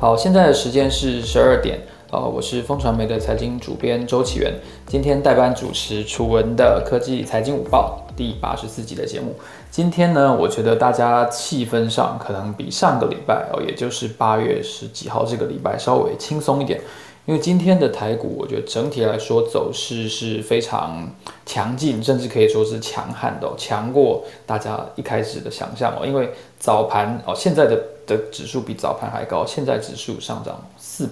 好，现在的时间是12点，我是风传媒的财经主编周启源，今天代班主持楚文的科技财经午报第84集的节目。今天呢，我觉得大家气氛上可能比上个礼拜也就是8月10几号这个礼拜稍微轻松一点。因为今天的台股，我觉得整体来说走势是非常强劲，甚至可以说是强悍的，强过大家一开始的想象。因为早盘现在的指数比早盘还高，现在指数上涨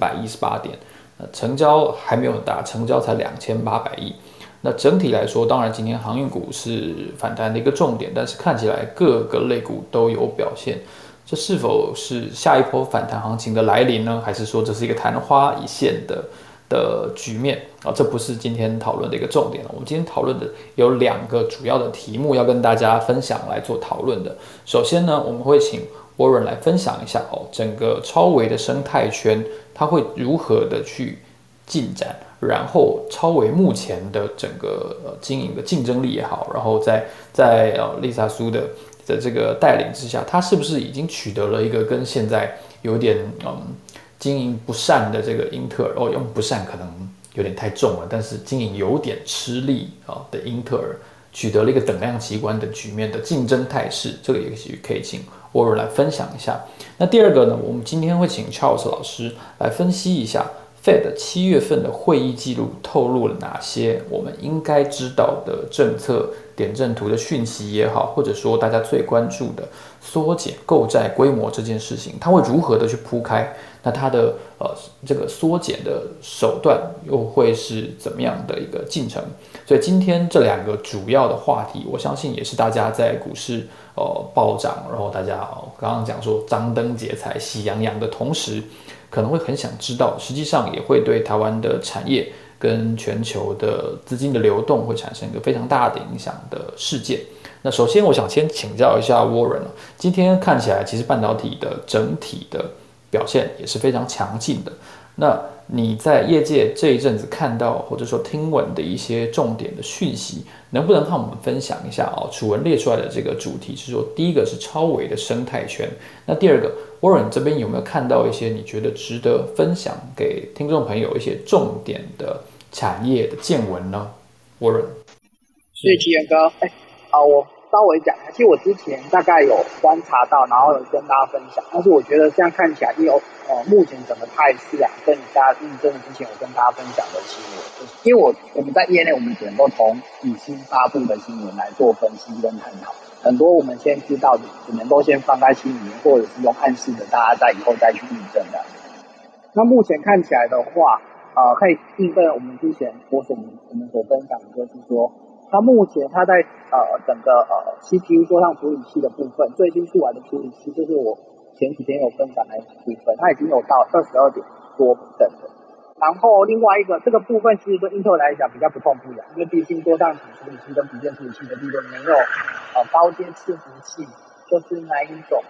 418点，成交还没有很大，成交才2800亿。那整体来说，当然今天航运股是反弹的一个重点，但是看起来各个类股都有表现。这是否是下一波反弹行情的来临呢？还是说这是一个昙花一现的局面这不是今天讨论的一个重点。我们今天讨论的有2个主要的题目要跟大家分享来做讨论的。首先呢，我们会请 Warren 来分享一下整个超微的生态圈，它会如何的去进展，然后超微目前的整个经营的竞争力也好，然后在Lisa Su 的这个带领之下，他是不是已经取得了一个跟现在有点经营不善的这个英特尔用不善可能有点太重了，但是经营有点吃力的英特尔取得了一个等量齐观的局面的竞争态势，这个也许可以请 Warren 来分享一下。那第二个呢，我们今天会请 Charles 老师来分析一下 Fed 7月份的会议记录透露了哪些我们应该知道的政策点阵图的讯息也好，或者说大家最关注的缩减购债规模这件事情，它会如何的去铺开？那它的这个缩减的手段又会是怎么样的一个进程？所以今天这2个主要的话题，我相信也是大家在股市暴涨，然后大家刚刚讲说张灯结彩、喜洋洋的同时，可能会很想知道，实际上也会对台湾的产业跟全球的资金的流动会产生一个非常大的影响的事件。那首先我想先请教一下 Warren， 今天看起来其实半导体的整体的表现也是非常强劲的。那你在业界这一阵子看到或者说听闻的一些重点的讯息，能不能和我们分享一下楚文列出来的这个主题是说，第一个是超微的生态圈，那第二个 Warren 这边有没有看到一些你觉得值得分享给听众朋友一些重点的产业的见闻呢 ？Warren， 谢谢奇源哥。我稍微讲一下，其实我之前大概有观察到，然后有跟大家分享，但是我觉得这样看起来有目前整个态势跟大家印证之前我跟大家分享的新闻，因为我们在业内我们只能够从已经发布的新闻来做分析跟探讨，很多我们先知道的只能够先放在心里面，或者是用暗示的，大家在以后再去印证的。那目前看起来的话，可以印证我们之前我们所分享的，就是说，它目前它在整个CPU 桌上处理器的部分，最新出来的处理器，就是我前几天有分享的部分，它已经有到22点多%的。然后另外一个这个部分，其实对英特尔来讲比较不痛不痒，因为毕竟桌上处理器跟笔电处理器的利润没有高阶伺服器，就是那一种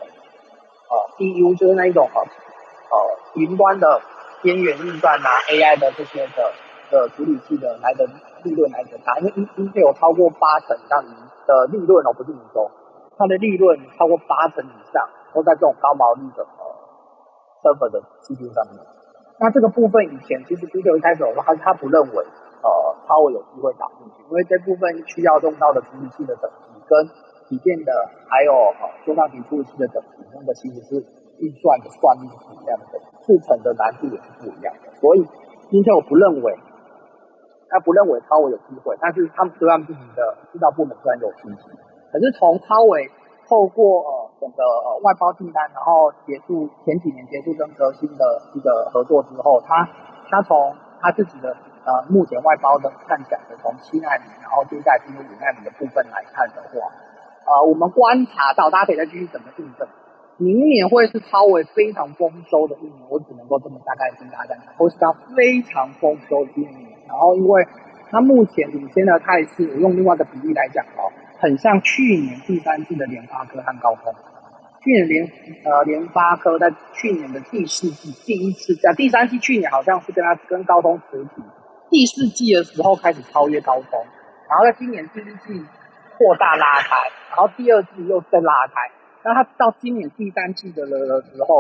DU， 就是那一种云端的边缘运算AI 的这些的处理器的来的利润来的大，因为Intel 有超过80%以上的利润不是营收，它的利润超过80%以上都在这种高毛利的server 的 CPU 上面。那这个部分以前其实 Intel 一开始的话，他不认为超微有机会打进去，因为这部分需要用到的处理器的等级跟笔电的还有桌上型处理器的等级，那个其实是运算的算力是不一样的，制程的难度也是不一样的，所以 Intel 不认为超微有机会，但是他们对他们自己的指导部门虽然有信心，可是从超微透过整个外包订单，然后前几年结束跟革新的一个合作之后，他从他自己的目前外包的看起来的从7奈米，然后接下来进入5奈米的部分来看的话，我们观察到，大家可以再继续怎么印证，明年会是超微非常丰收的一年，我只能够这么大概跟大家讲，会是它非常丰收的一年。然后因为它目前领先的态势，我用另外的比例来讲很像去年第3季的联发科和高通。去年联发科在去年的第4季第3季，去年好像是跟高通持平，第4季的时候开始超越高通，然后在今年第1季扩大拉开，然后第2季又再拉开。那它到今年第3季的时候，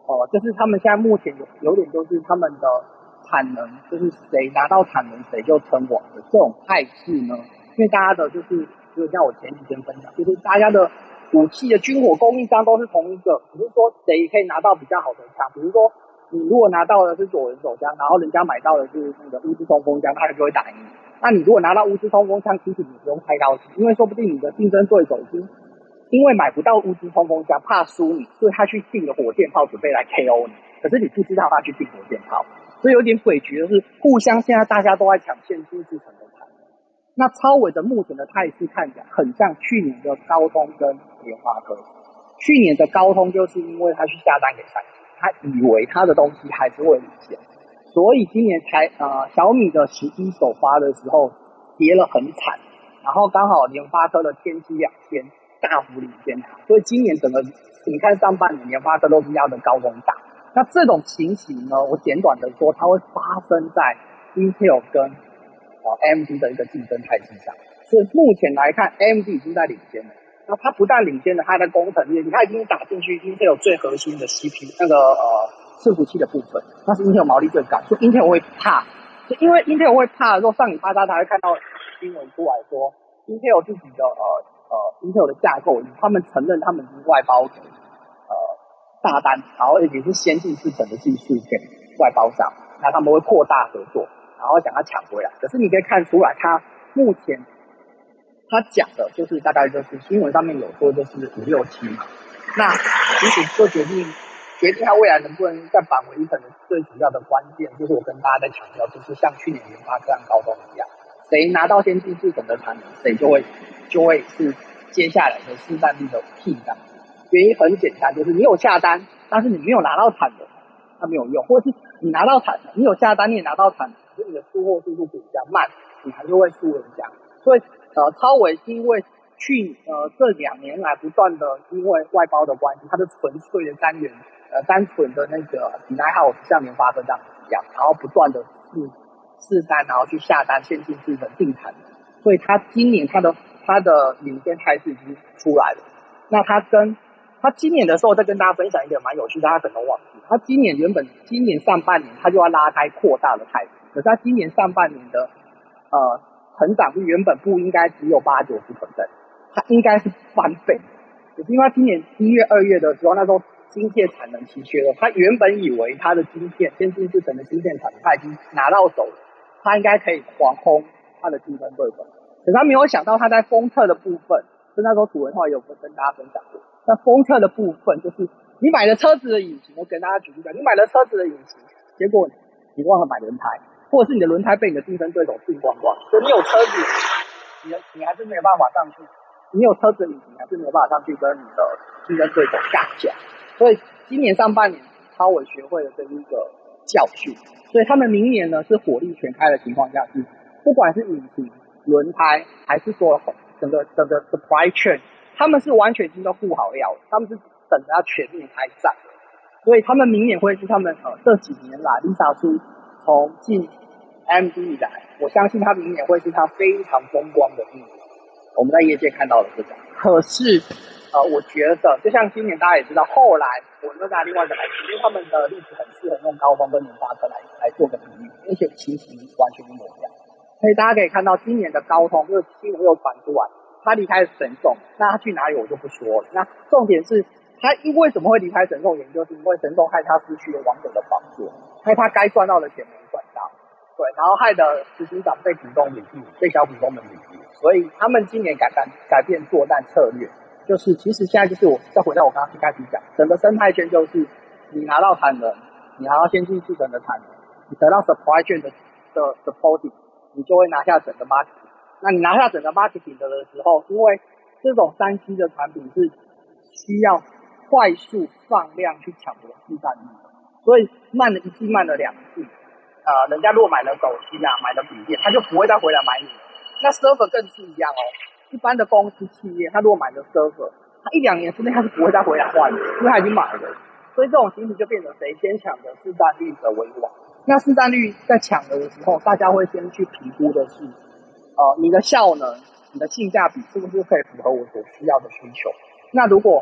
就是他们现在目前有点就是他们的产能，就是谁拿到产能谁就称王的这种态势呢？因为大家的就是像我前几天分享，就是大家的武器的军火供应商都是同一个，只是说谁可以拿到比较好的枪。比如说你如果拿到的是左轮手枪，然后人家买到的是那个乌兹冲锋枪，他就会打赢你。那你如果拿到乌兹冲锋枪，其实你不用太高兴，因为说不定你的竞争对手已经因为买不到乌兹冲锋枪，怕输你，所以他去订了火箭炮准备来 KO 你。可是你不知道他去订火箭炮，所以有点诡谲的是，互相现在大家都在抢先进制程的产能。那超微的目前的态势看起来很像去年的高通跟联发科。去年的高通就是因为他去下单给三星，他以为他的东西还是会领先，所以今年小米的11首发的时候跌了很惨，然后刚好联发科的天玑2000大幅领先它，所以今年整个你看上半年联发科都是压着高通打。那这种情形呢，我简短的说，它会发生在 Intel 跟AMD 的一个竞争态势上。所以目前来看 ，AMD 已经在领先了。那它不但领先了它的工程链，它已经打进去 Intel 最核心的 CPU 那个伺服器的部分，那是 Intel 毛利最高，所以 Intel 会怕。就因为 Intel 会怕的时候，上礼拜大家会看到新闻出来说 ，Intel 自己的Intel 的架构，他们承认他们已经外包给大单，然后也是先进制程的技术给外包商，那他们会扩大合作，然后想要抢回来。可是你可以看出来，他目前他讲的就是大概就是新闻上面有说就是5、6、7嘛，那其实就决定他未来能不能再返回一层的最主要的关键，就是我跟大家在强调，就是像去年联发科和高通一样，谁拿到先进制程的产能，谁就会是接下来的市占率的替代。原因很简单，就是你有下单，但是你没有拿到产能，它没有用；或者是你拿到产能，你有下单，你也拿到产能，可是你的出货速度比较慢，你还是会输人家。所以超微因为这2年来不断的因为外包的关系，它的纯粹的单纯的那个抵赖号像联发科这样一样，然后不断的试单，然后去下单先进制程订产能，所以它今年它的领先态势已经出来了。那他今年的时候再跟大家分享一个蛮有趣的，大家可能忘记，他今年上半年他就要拉开扩大的态势，可是他今年上半年的成长率原本不应该只有80-90%，他应该是翻倍。可是因为他今年1月、2月的时候，那时候晶片产能奇缺了，他原本以为他的晶片先进制程的晶片产能他已经拿到手了，他应该可以狂轰他的竞争对手，可是他没有想到他在封测的部分。就那时候土文化也有跟大家分享过，那封测的部分就是你买了车子的引擎，我跟大家举例讲，你买了车子的引擎，结果你忘了买轮胎，或者是你的轮胎被你的竞争对手订光光，所以你有车子，你还是没有办法上去，你有车子的引擎还是没有办法上去跟你的竞争对手尬价，所以今年上半年超微学会了这一个教训，所以他们明年呢是火力全开的情况下，是不管是引擎、轮胎还是说整个 supply chain， 他们是完全已经都顾好料了，他们是等着要全面开战，所以他们明年会是他们这几年来 Lisa 叔从进 AMD 以来，我相信他明年会是他非常风光的一年。我们在业界看到了这个，可是我觉得就像今年大家也知道，后来我又拿另外一个来举，因为他们的例子很适合用高通跟联发科来做个比喻，而且情形完全一模一样。所以大家可以看到，今年的高通这个新闻又传出来，他离开神送，那他去哪里我就不说了。那重点是他为什么会离开神送，研究是因为神送害他失去了王者的宝座，害他该赚到的钱没赚到，对，然后害得执行长被股东领地，被小股东们领地，所以他们今年改变作战策略，就是其实现在就是我再回到我刚刚一开始讲，整个生态圈就是你拿到产能，你拿到先进制程的产能，你得到 supply chain 的 supporting。你就会拿下整个 marketing， 那你拿下整个 marketing 的时候，因为这种3C 的产品是需要快速放量去抢夺市占率的，所以慢了1季，慢了2季，人家如果买了手机啊，买了笔电，他就不会再回来买你了。那 server 更是一样哦，一般的公司企业，他如果买了 server， 他1-2年之内他是不会再回来换的，因为他已经买了，所以这种情形就变成谁先抢的市占率的为王。那市占率在抢的时候，大家会先去评估的是，你的效能、你的性价比是不是可以符合我所需要的需求？那如果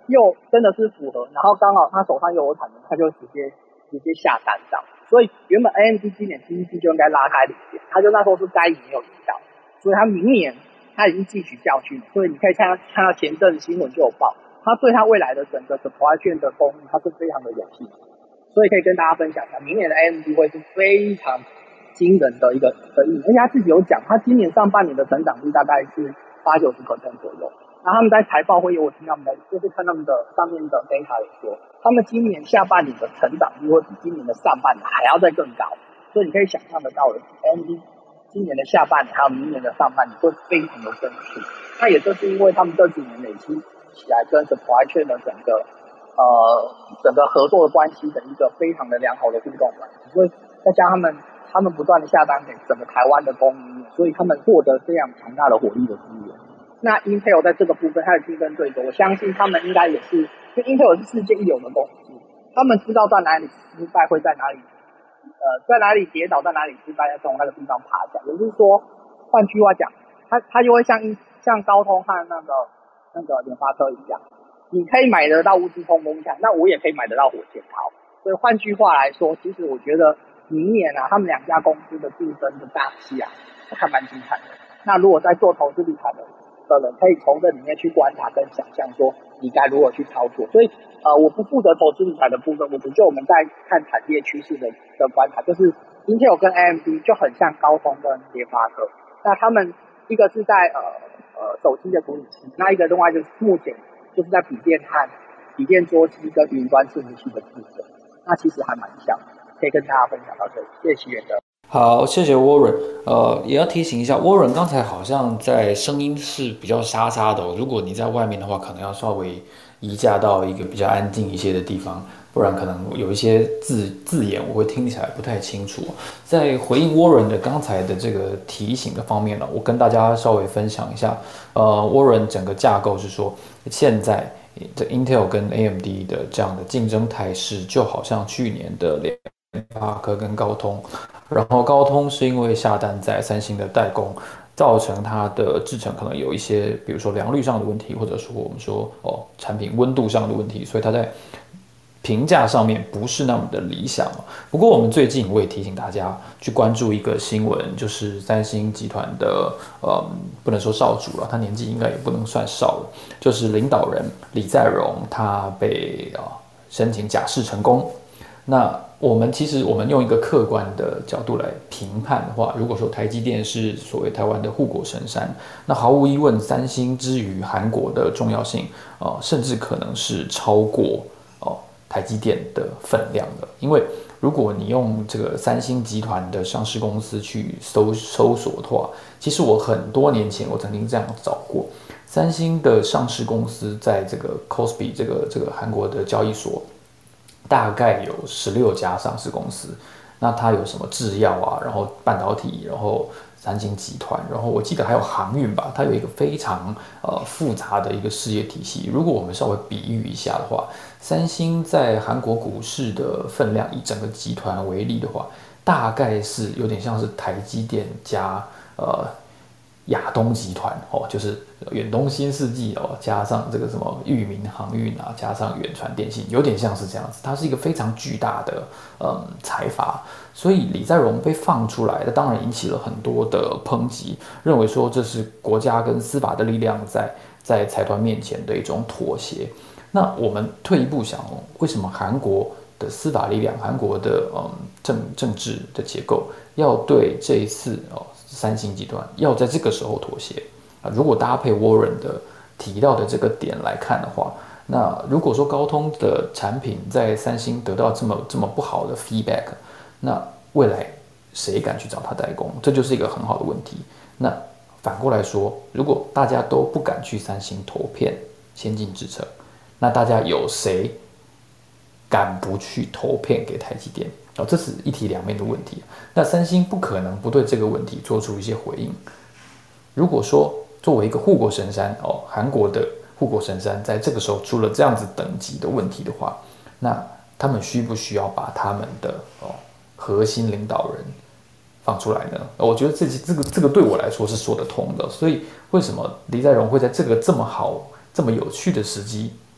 又真的是符合，然后刚好他手上又有产能，他就直接下单这样。所以原本 AMD 今年第一季就应该拉开领先，他就那时候是该赢没有赢到，所以他明年他已经汲取教训了。所以你可以看到前阵新闻就有报，他对他未来的整个 supply chain 的供应，他是非常的有信心。所以可以跟大家分享一下，明年的 AMD 会是非常惊人的一个应，而且他自己有讲，他今年上半年的成长率大概是80-90% 左右。然后他们在财报会议，我听他们就是看他们的上面的 data 也说，他们今年下半年的成长率会比今年的上半年还要再更高。所以你可以想象得到的 ，AMD 今年的下半年还有明年的上半年会非常的增速。那也就是因为他们这几年累积起来跟 supply chain 的整个合作的关系的一个非常的良好的互动关系，所以再加上他们不断的下单给整个台湾的供应链，所以他们获得非常强大的火力的资源。那 Intel 在这个部分它的竞争对手，我相信他们应该也是，因为 Intel 是世界一流的公司，他们知道在哪里失败会在哪里，在哪里跌倒，在哪里失败，要从那个地方爬起来。也就是说，换句话讲，它就会像高通和那个联发科一样，你可以买得到无敌冲锋枪，那我也可以买得到火箭炮。所以换句话来说，其实我觉得明年啊，他们两家公司的竞争的大戏啊，还蛮精彩的。那如果在做投资理财的人，可以从这里面去观察跟想象说你该如何去操作。所以我不负责投资理财的部分，我觉得我们在看产业趋势的观察，就是 Intel 跟 AMD 就很像高通跟联发科。那他们一个是在手机的处理器，那一个另外就是目前就是在笔电桌机跟云端伺服器的部分。那其实还蛮像，可以跟大家分享到这里。谢谢奇源哥。 好，谢谢 Warren。也要提醒一下，Warren 刚才好像在声音是比较沙沙的哦。如果你在外面的话，可能要稍微移驾到一个比较安静一些的地方，不然可能有一些字眼我会听起来不太清楚。在回应 Warren 的刚才的这个提醒的方面呢，我跟大家稍微分享一下。Warren 整个架构是说，现在这 Intel 跟 AMD 的这样的竞争态势，就好像去年的联发科跟高通，然后高通是因为下单在三星的代工，造成它的制程可能有一些，比如说良率上的问题，或者说我们说产品温度上的问题，所以它在评价上面不是那么的理想。不过我们最近我也提醒大家去关注一个新闻，就是三星集团的不能说少主了，他年纪应该也不能算少了，就是领导人李在镕他被申请假释成功。那其实我们用一个客观的角度来评判的话，如果说台积电是所谓台湾的护国神山，那毫无疑问，三星之于韩国的重要性，甚至可能是超过台积电的分量的。因为如果你用这个三星集团的上市公司去搜索的话，其实我很多年前我曾经这样找过，三星的上市公司在这个 Kospi 这个韩国的交易所，大概有16家上市公司。那它有什么制药啊，然后半导体，然后三星集团，然后我记得还有航运吧，它有一个非常复杂的一个事业体系。如果我们稍微比喻一下的话，三星在韩国股市的分量，以整个集团为例的话，大概是有点像是台积电加亚东集团就是远东新世纪加上这个什么裕民航运啊，加上远传电信，有点像是这样子。它是一个非常巨大的财阀，所以李在镕被放出来，那当然引起了很多的抨击，认为说这是国家跟司法的力量在财团面前的一种妥协。那我们退一步想为什么韩国的司法力量，韩国的政治的结构要对这一次三星集团要在这个时候妥协啊？如果搭配 Warren 的提到的这个点来看的话，那如果说高通的产品在三星得到这么不好的 feedback， 那未来谁敢去找他代工？这就是一个很好的问题。那反过来说，如果大家都不敢去三星投片先进制程，那大家有谁敢不去投片给台积电？这是一体两面的问题。那三星不可能不对这个问题做出一些回应。如果说作为一个护国神山韩国的护国神山，在这个时候出了这样子等级的问题的话，那他们需不需要把他们的核心领导人放出来呢？我觉得这个对我来说是说得通的。所以为什么李在镕会在这个这么好、这么有趣的时机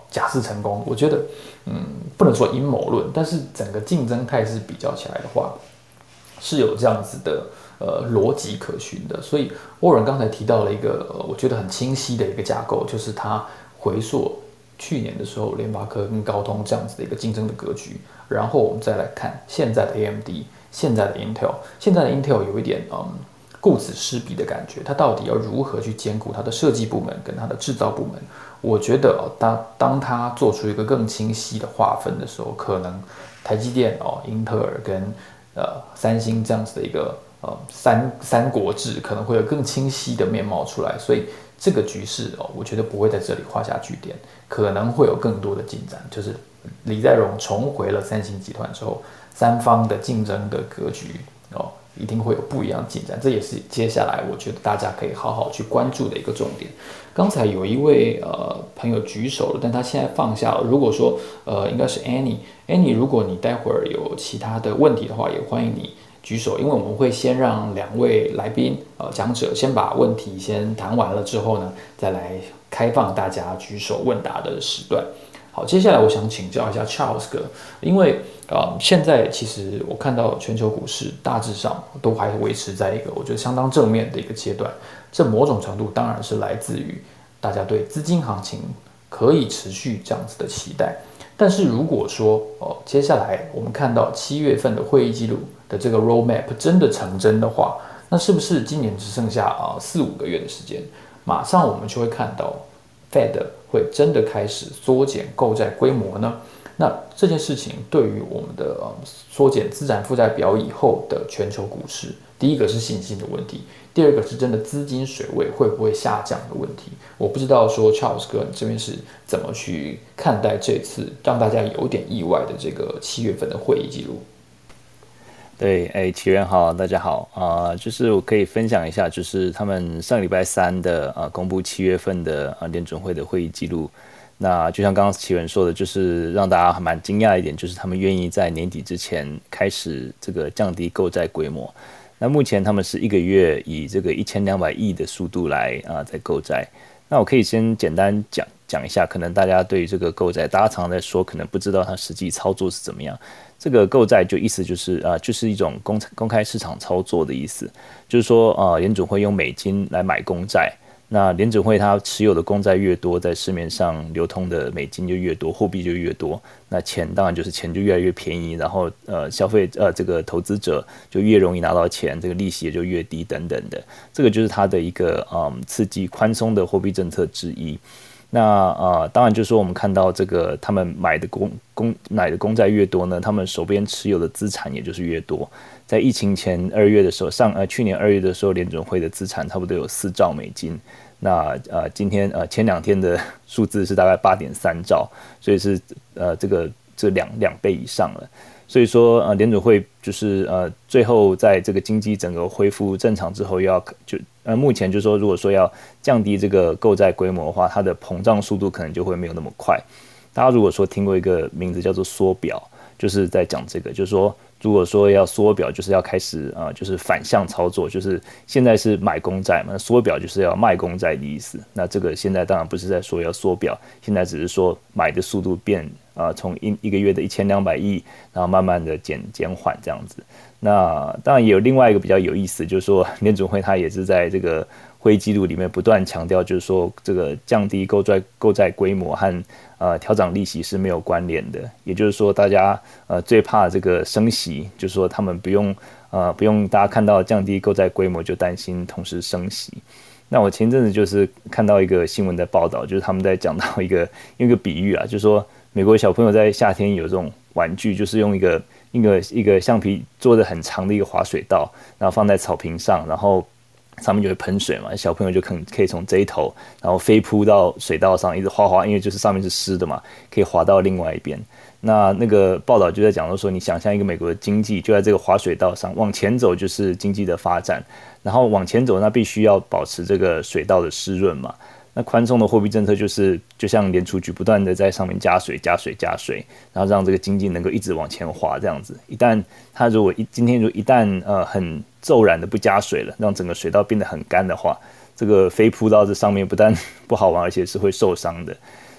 假设成功，我觉得不能说阴谋论，但是整个竞争态势比较起来的话，是有这样子的逻辑可循的。所以沃伦刚才提到了一个我觉得很清晰的一个架构，就是他回溯去年的时候联发科跟高通这样子的一个竞争的格局，然后我们再来看现在的 AMD， 现在的 Intel， 现在的 Intel 有一点顾此失彼的感觉，它到底要如何去兼顾它的设计部门跟它的制造部门？我觉得当它做出一个更清晰的划分的时候，可能台积电英特尔跟三星这样子的一个三国志可能会有更清晰的面貌出来，所以这个局势我觉得不会在这里画下句点，可能会有更多的进展，就是李在镕重回了三星集团之后，三方的竞争的格局一定会有不一样的进展，这也是接下来我觉得大家可以好好去关注的一个重点。刚才有一位朋友举手了，但他现在放下了。如果说应该是 Annie， 如果你待会儿有其他的问题的话，也欢迎你举手，因为我们会先让2位来宾讲者先把问题先谈完了之后呢，再来开放大家举手问答的时段。好，接下来我想请教一下 Charles 哥，因为现在其实我看到全球股市大致上都还维持在一个我觉得相当正面的一个阶段，这某种程度当然是来自于大家对资金行情可以持续这样子的期待。但是如果说接下来我们看到7月份的会议记录的这个 roadmap 真的成真的话，那是不是今年只剩下4-5个月的时间，马上我们就会看到 Fed 会真的开始缩减购债规模呢？那这件事情对于我们的缩减资产负债表以后的全球股市，第一个是信心的问题，第二个是真的资金水位会不会下降的问题。我不知道说 Charles 哥你这边是怎么去看待这次让大家有点意外的这个7月份的会议记录。 对，启源好，大家好就是我可以分享一下，就是他们上礼拜三的公布7月份的联准会的会议记录。那就像刚刚启源说的，就是让大家还蛮惊讶一点，就是他们愿意在年底之前开始这个降低购债规模。那目前他们是1个月以这个1200亿的速度来在购债。那我可以先简单讲一下，可能大家对于这个购债，大家常常在说，可能不知道它实际操作是怎么样。这个购债就意思就是就是一种公开市场操作的意思，就是说联准会用美金来买公债。那联准会它持有的公债越多，在市面上流通的美金就越多，货币就越多，那钱当然就是钱就越来越便宜，然后消费这个投资者就越容易拿到钱，这个利息也就越低等等的，这个就是它的一个刺激宽松的货币政策之一。那当然就是说我们看到这个他们买的公债越多呢，他们手边持有的资产也就是越多。在疫情前2月的时候，去年2月的时候，联准会的资产差不多有4兆美金。那今天前2天的数字是大概8.3兆，所以是这两倍以上了。所以说联准会就是最后在这个经济整个恢复正常之后，目前就是说如果说要降低这个购债规模的话，它的膨胀速度可能就会没有那么快。大家如果说听过一个名字叫做缩表，就是在讲这个，就是说如果说要缩表，就是要开始就是反向操作，就是现在是买公债嘛，缩表就是要卖公债的意思。那这个现在当然不是在说要缩表，现在只是说买的速度变从一个月的1200亿，然后慢慢的减缓这样子。那当然也有另外一个比较有意思，就是说联准会它也是在这个会议记录里面不断强调，就是说这个降低购债规模和调涨利息是没有关联的。也就是说，大家最怕这个升息，就是说他们不用大家看到降低购债规模就担心同时升息。那我前阵子就是看到一个新闻的报道，就是他们在讲到一个比喻啊，就是说美国小朋友在夏天有这种玩具，就是用一个橡皮做的很长的一个滑水道，然后放在草坪上，然后上面就会喷水嘛，小朋友就可以从这一头，然后飞扑到水道上，一直滑，因为就是上面是湿的嘛，可以滑到另外一边。那个报道就在讲说，你想象一个美国的经济就在这个滑水道上往前走，就是经济的发展，然后往前走，那必须要保持这个水道的湿润嘛。那宽松的货币政策就像联储局不断的在上面加水，然后让这个经济能够一直往前滑这样子。一旦它如果今天一旦很骤然的不加水了，让整个水道变得很干的话，这个飞扑到这上面不但不好玩，而且是会受伤的。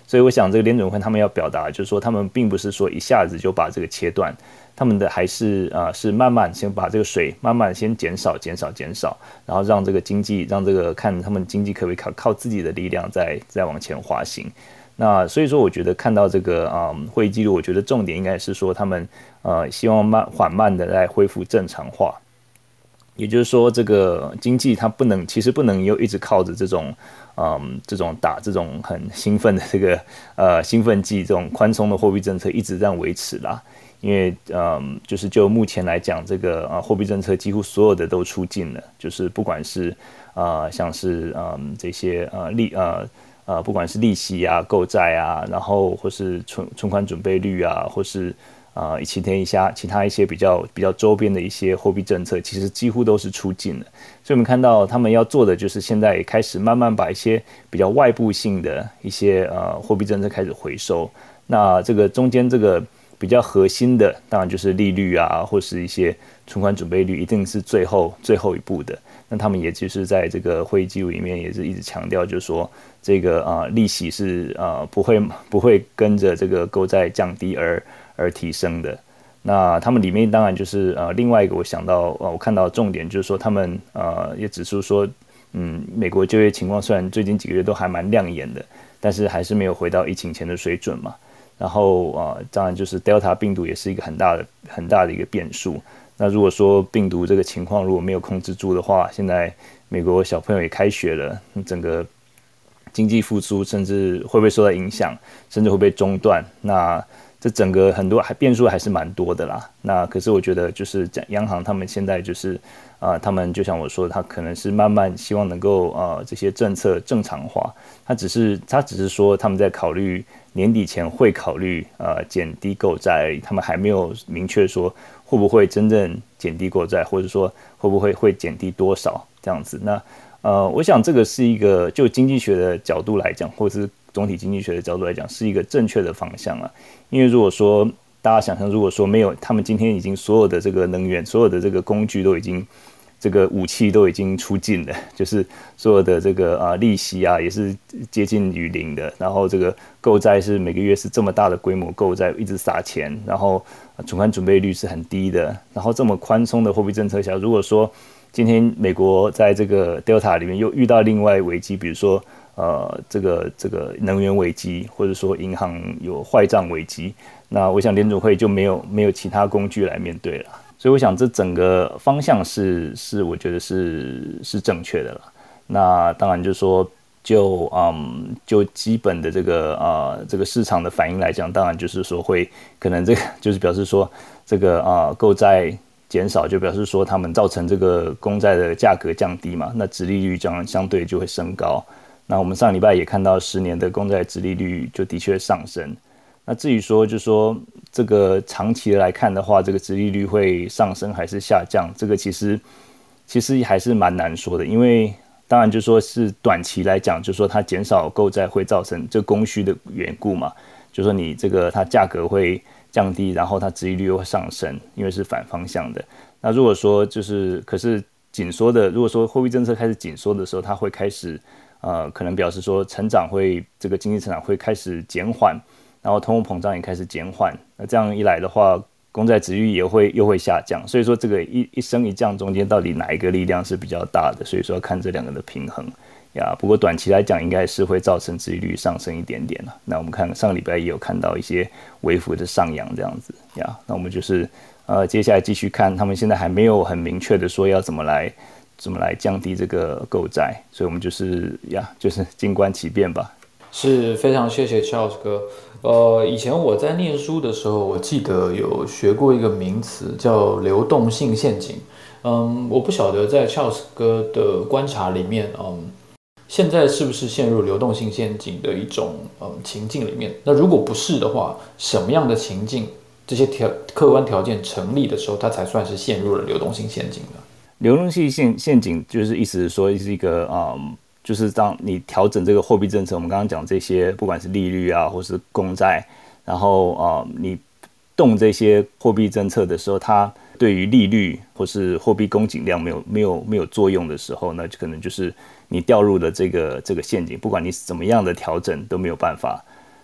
所以我想这个联准会他们要表达就是说，他们并不是说一下子就把这个切断，他们的还是是慢慢先把这个水慢慢先减少，然后让这个经济，让这个看他们经济可不可以靠自己的力量再往前滑行。那所以说，我觉得看到这个会议记录，我觉得重点应该是说他们希望缓慢的来恢复正常化。也就是说，这个经济它其实不能又一直靠着这种打这种很兴奋的这个兴奋剂，这种宽松的货币政策一直这样维持啦。因为就目前来讲，这个货币政策几乎所有的都出尽了，就是不管是像是这些不管是利息啊、购债啊，然后或是存款准备率啊，或是其他一些比较周边的一些货币政策，其实几乎都是出尽了。所以我们看到他们要做的就是现在也开始慢慢把一些比较外部性的一些货币政策开始回收。那这个中间这个比较核心的，当然就是利率啊，或是一些存款准备率，一定是最后一步的。那他们也就是在这个会议记录里面也是一直强调，就是说这个利息是不会跟着这个购债降低而提升的。那他们里面当然就是另外一个我看到重点就是说他们也指出说，美国就业情况虽然最近几个月都还蛮亮眼的，但是还是没有回到疫情前的水准嘛。然后当然就是 Delta 病毒也是一个很大的一个变数。那如果说病毒这个情况如果没有控制住的话，现在美国小朋友也开学了，整个经济复苏甚至会不会受到影响，甚至会被中断，那这整个很多变数还是蛮多的啦。那可是我觉得就是央行他们现在就是他们就像我说，他可能是慢慢希望能够这些政策正常化，他只是说他们在考虑年底前会考虑减低购债而已，他们还没有明确说会不会真正减低购债，或者说会不会减低多少这样子。那我想这个是一个就经济学的角度来讲，或者是总体经济学的角度来讲，是一个正确的方向啊。因为如果说大家想象，如果说没有他们今天已经所有的这个能源、所有的这个工具都已经这个武器都已经出尽了，就是所有的这个利息啊也是接近于零的，然后这个购债是每个月是这么大的规模购债一直撒钱，然后存款准备率是很低的，然后这么宽松的货币政策下，如果说今天美国在这个 Delta 里面又遇到另外危机，比如说这个能源危机，或者说银行有坏账危机，那我想联准会就没有其他工具来面对了。所以我想这整个方向是我觉得是正确的了。那当然就是说就基本的这个市场的反应来讲，当然就是说会可能这个就是表示说这个购债减少，就表示说他们造成这个公债的价格降低嘛，那殖利率相对就会升高。那我们上礼拜也看到10年的公债殖利率就的确上升。那至于说就是说这个长期的来看的话，这个殖利率会上升还是下降，这个其实还是蛮难说的。因为当然就说是短期来讲，就说它减少购债会造成这供需的缘故嘛，就说你这个它价格会降低，然后它殖利率又会上升，因为是反方向的。那如果说可是紧缩的，如果说货币政策开始紧缩的时候，它会开始可能表示说这个经济成长会开始减缓，然后通货膨胀也开始减缓。那这样一来的话，公债殖利率又会下降。所以说这个一升一降中间到底哪一个力量是比较大的？所以说要看这两个的平衡呀。不过短期来讲，应该是会造成殖利率上升一点点了。那我们看上个礼拜也有看到一些微幅的上扬这样子呀。那我们就是接下来继续看，他们现在还没有很明确的说要怎么来降低这个购债，所以我们就是静观其变吧。 是非常谢谢 Charles 哥。以前我在念书的时候，我记得有学过一个名词叫流动性陷阱。我不晓得在 Charles 哥的观察里面，现在是不是陷入流动性陷阱的一种情境里面？那如果不是的话，什么样的情境，这些客观条件成立的时候，它才算是陷入了流动性陷阱呢？ 流动性陷阱就是意思是说是一个就是当你调整这个货币政策，我们刚刚讲这些，不管是利率啊，或是公债，然后你动这些货币政策的时候，它对于利率或是货币供给量没有作用的时候呢，就可能就是你掉入了这个陷阱，不管你怎么样的调整都没有办法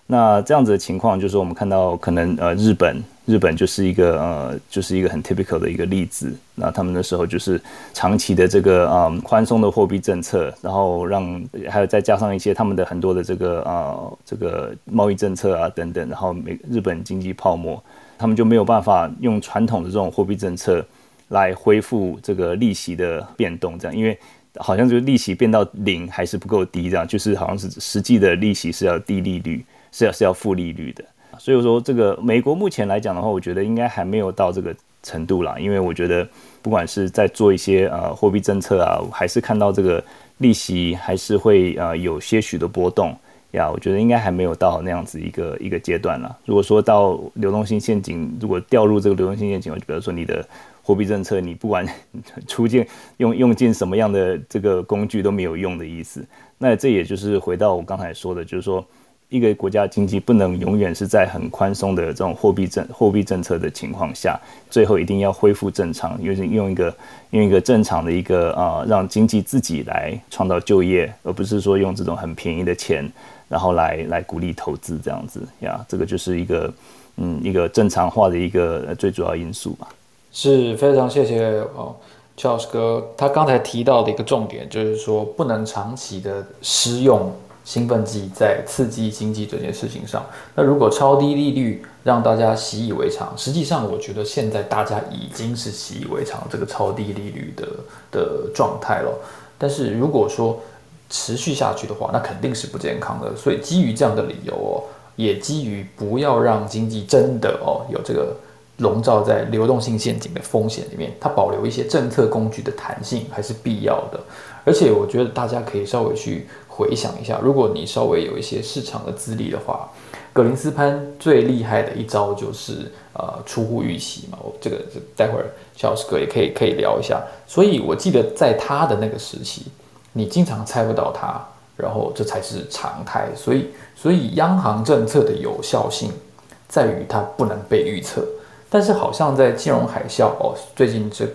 那这样子的情况，就是我们看到可能日本就是一个很 typical 的一个例子。那他们那时候就是长期的这个宽松的货币政策，然后还有再加上一些他们的很多的这个贸易政策啊等等，然后日本经济泡沫，他们就没有办法用传统的这种货币政策来恢复这个利息的变动，这样，因为好像就是利息变到零还是不够低，这样就是好像是实际的利息是要低利率，是要负利率的。所以说这个美国目前来讲的话，我觉得应该还没有到这个程度啦，因为我觉得不管是在做一些货币政策啊，还是看到这个利息还是会有些许的波动呀，我觉得应该还没有到那样子一个阶段啦。如果说到流动性陷阱，如果掉入这个流动性陷阱，我就比如说你的货币政策，你不管用尽什么样的这个工具都没有用的意思。那这也就是回到我刚才说的，就是说一个国家经济不能永远是在很宽松的这种货币政策的情况下，最后一定要恢复正常，用一个正常的一个让经济自己来创造就业，而不是说用这种很便宜的钱，然后来鼓励投资这样子呀。这个就是一个正常化的一个最主要因素吧。 是非常谢谢Charles 哥，他刚才提到的一个重点就是说，不能长期的施用兴奋剂在刺激经济这件事情上。那如果超低利率让大家习以为常，实际上我觉得现在大家已经是习以为常这个超低利率的状态了。但是如果说持续下去的话，那肯定是不健康的。所以基于这样的理由也基于不要让经济真的有这个笼罩在流动性陷阱的风险里面，它保留一些政策工具的弹性还是必要的。而且我觉得大家可以稍微去回想一下，如果你稍微有一些市场的资历的话，葛林斯潘最厉害的一招就是出乎预期嘛。这个待会儿Charles哥也可以聊一下。所以我记得在他的那个时期，你经常猜不到他，然后这才是常态。所以央行政策的有效性在于它不能被预测。但是好像在金融海啸最近这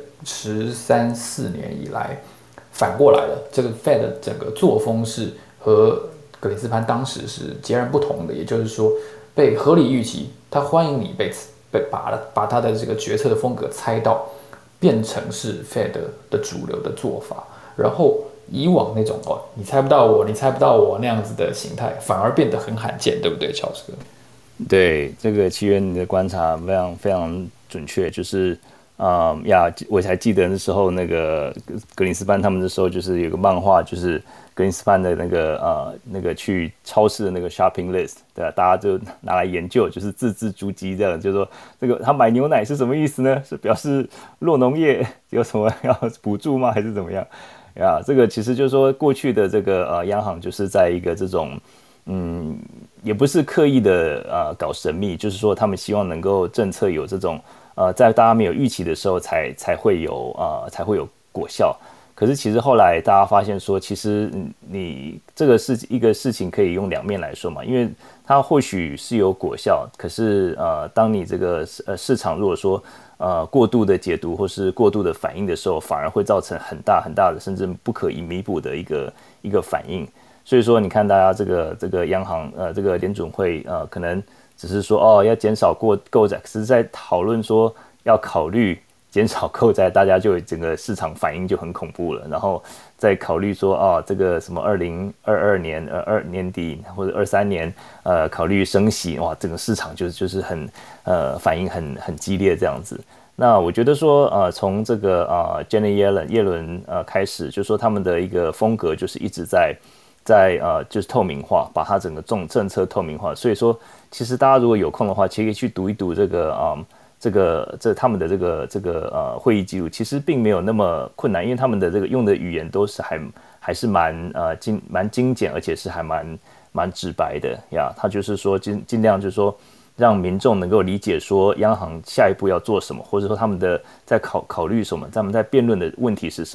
13、14年以来，反过来了，这个 Fed 的整个作风是和格林斯潘当时是截然不同的。也就是说，被合理预期，他欢迎你把他的这个决策的风格猜到，变成是 Fed 的主流的做法。然后以往那种你猜不到我那样子的形态，反而变得很罕见，对不对，乔斯哥？ 对，这个契约你的观察非常非常准确，就是我才记得那时候那个格林斯潘他们那时候就是有个漫画，就是格林斯潘的那个去超市的那个 shopping list， 对吧？大家就拿来研究，就是字字珠玑这样，就是说这个他买牛奶是什么意思呢？是表示弱农业有什么要补助吗？还是怎么样？这个其实就是说过去的这个央行就是在一个这种也不是刻意的搞神秘，就是说他们希望能够政策有这种在大家没有预期的时候才会有果效。可是其实后来大家发现说，其实你这个是一个事情可以用两面来说嘛，因为它或许是有果效，可是当你这个市场如果说过度的解读或是过度的反应的时候，反而会造成很大很大的甚至不可以弥补的一个反应。所以说你看大家这个央行这个联准会可能只是说要减少购债，可是在讨论说要考虑减少购债，大家就整个市场反应就很恐怖了。然后再考虑说这个什么2022年年底或者23年考虑升息，哇，整个市场就是很反应很激烈这样子。那我觉得说从这个Janet耶伦开始，就是说他们的一个风格就是一直在就是透明化，把它整个政策透明化。所以说其实大家如果有空的话，其实可以去读一读这他们的这个会议记录，其实并没有那么困难，因为他们的这个用的语言都是还是蛮精简，而且是还蛮直白的呀。他就是说尽量就是说让民众能够理解说央行下一步要做什么，或者说他们的在考虑什么，他们在辩论的问题是什么。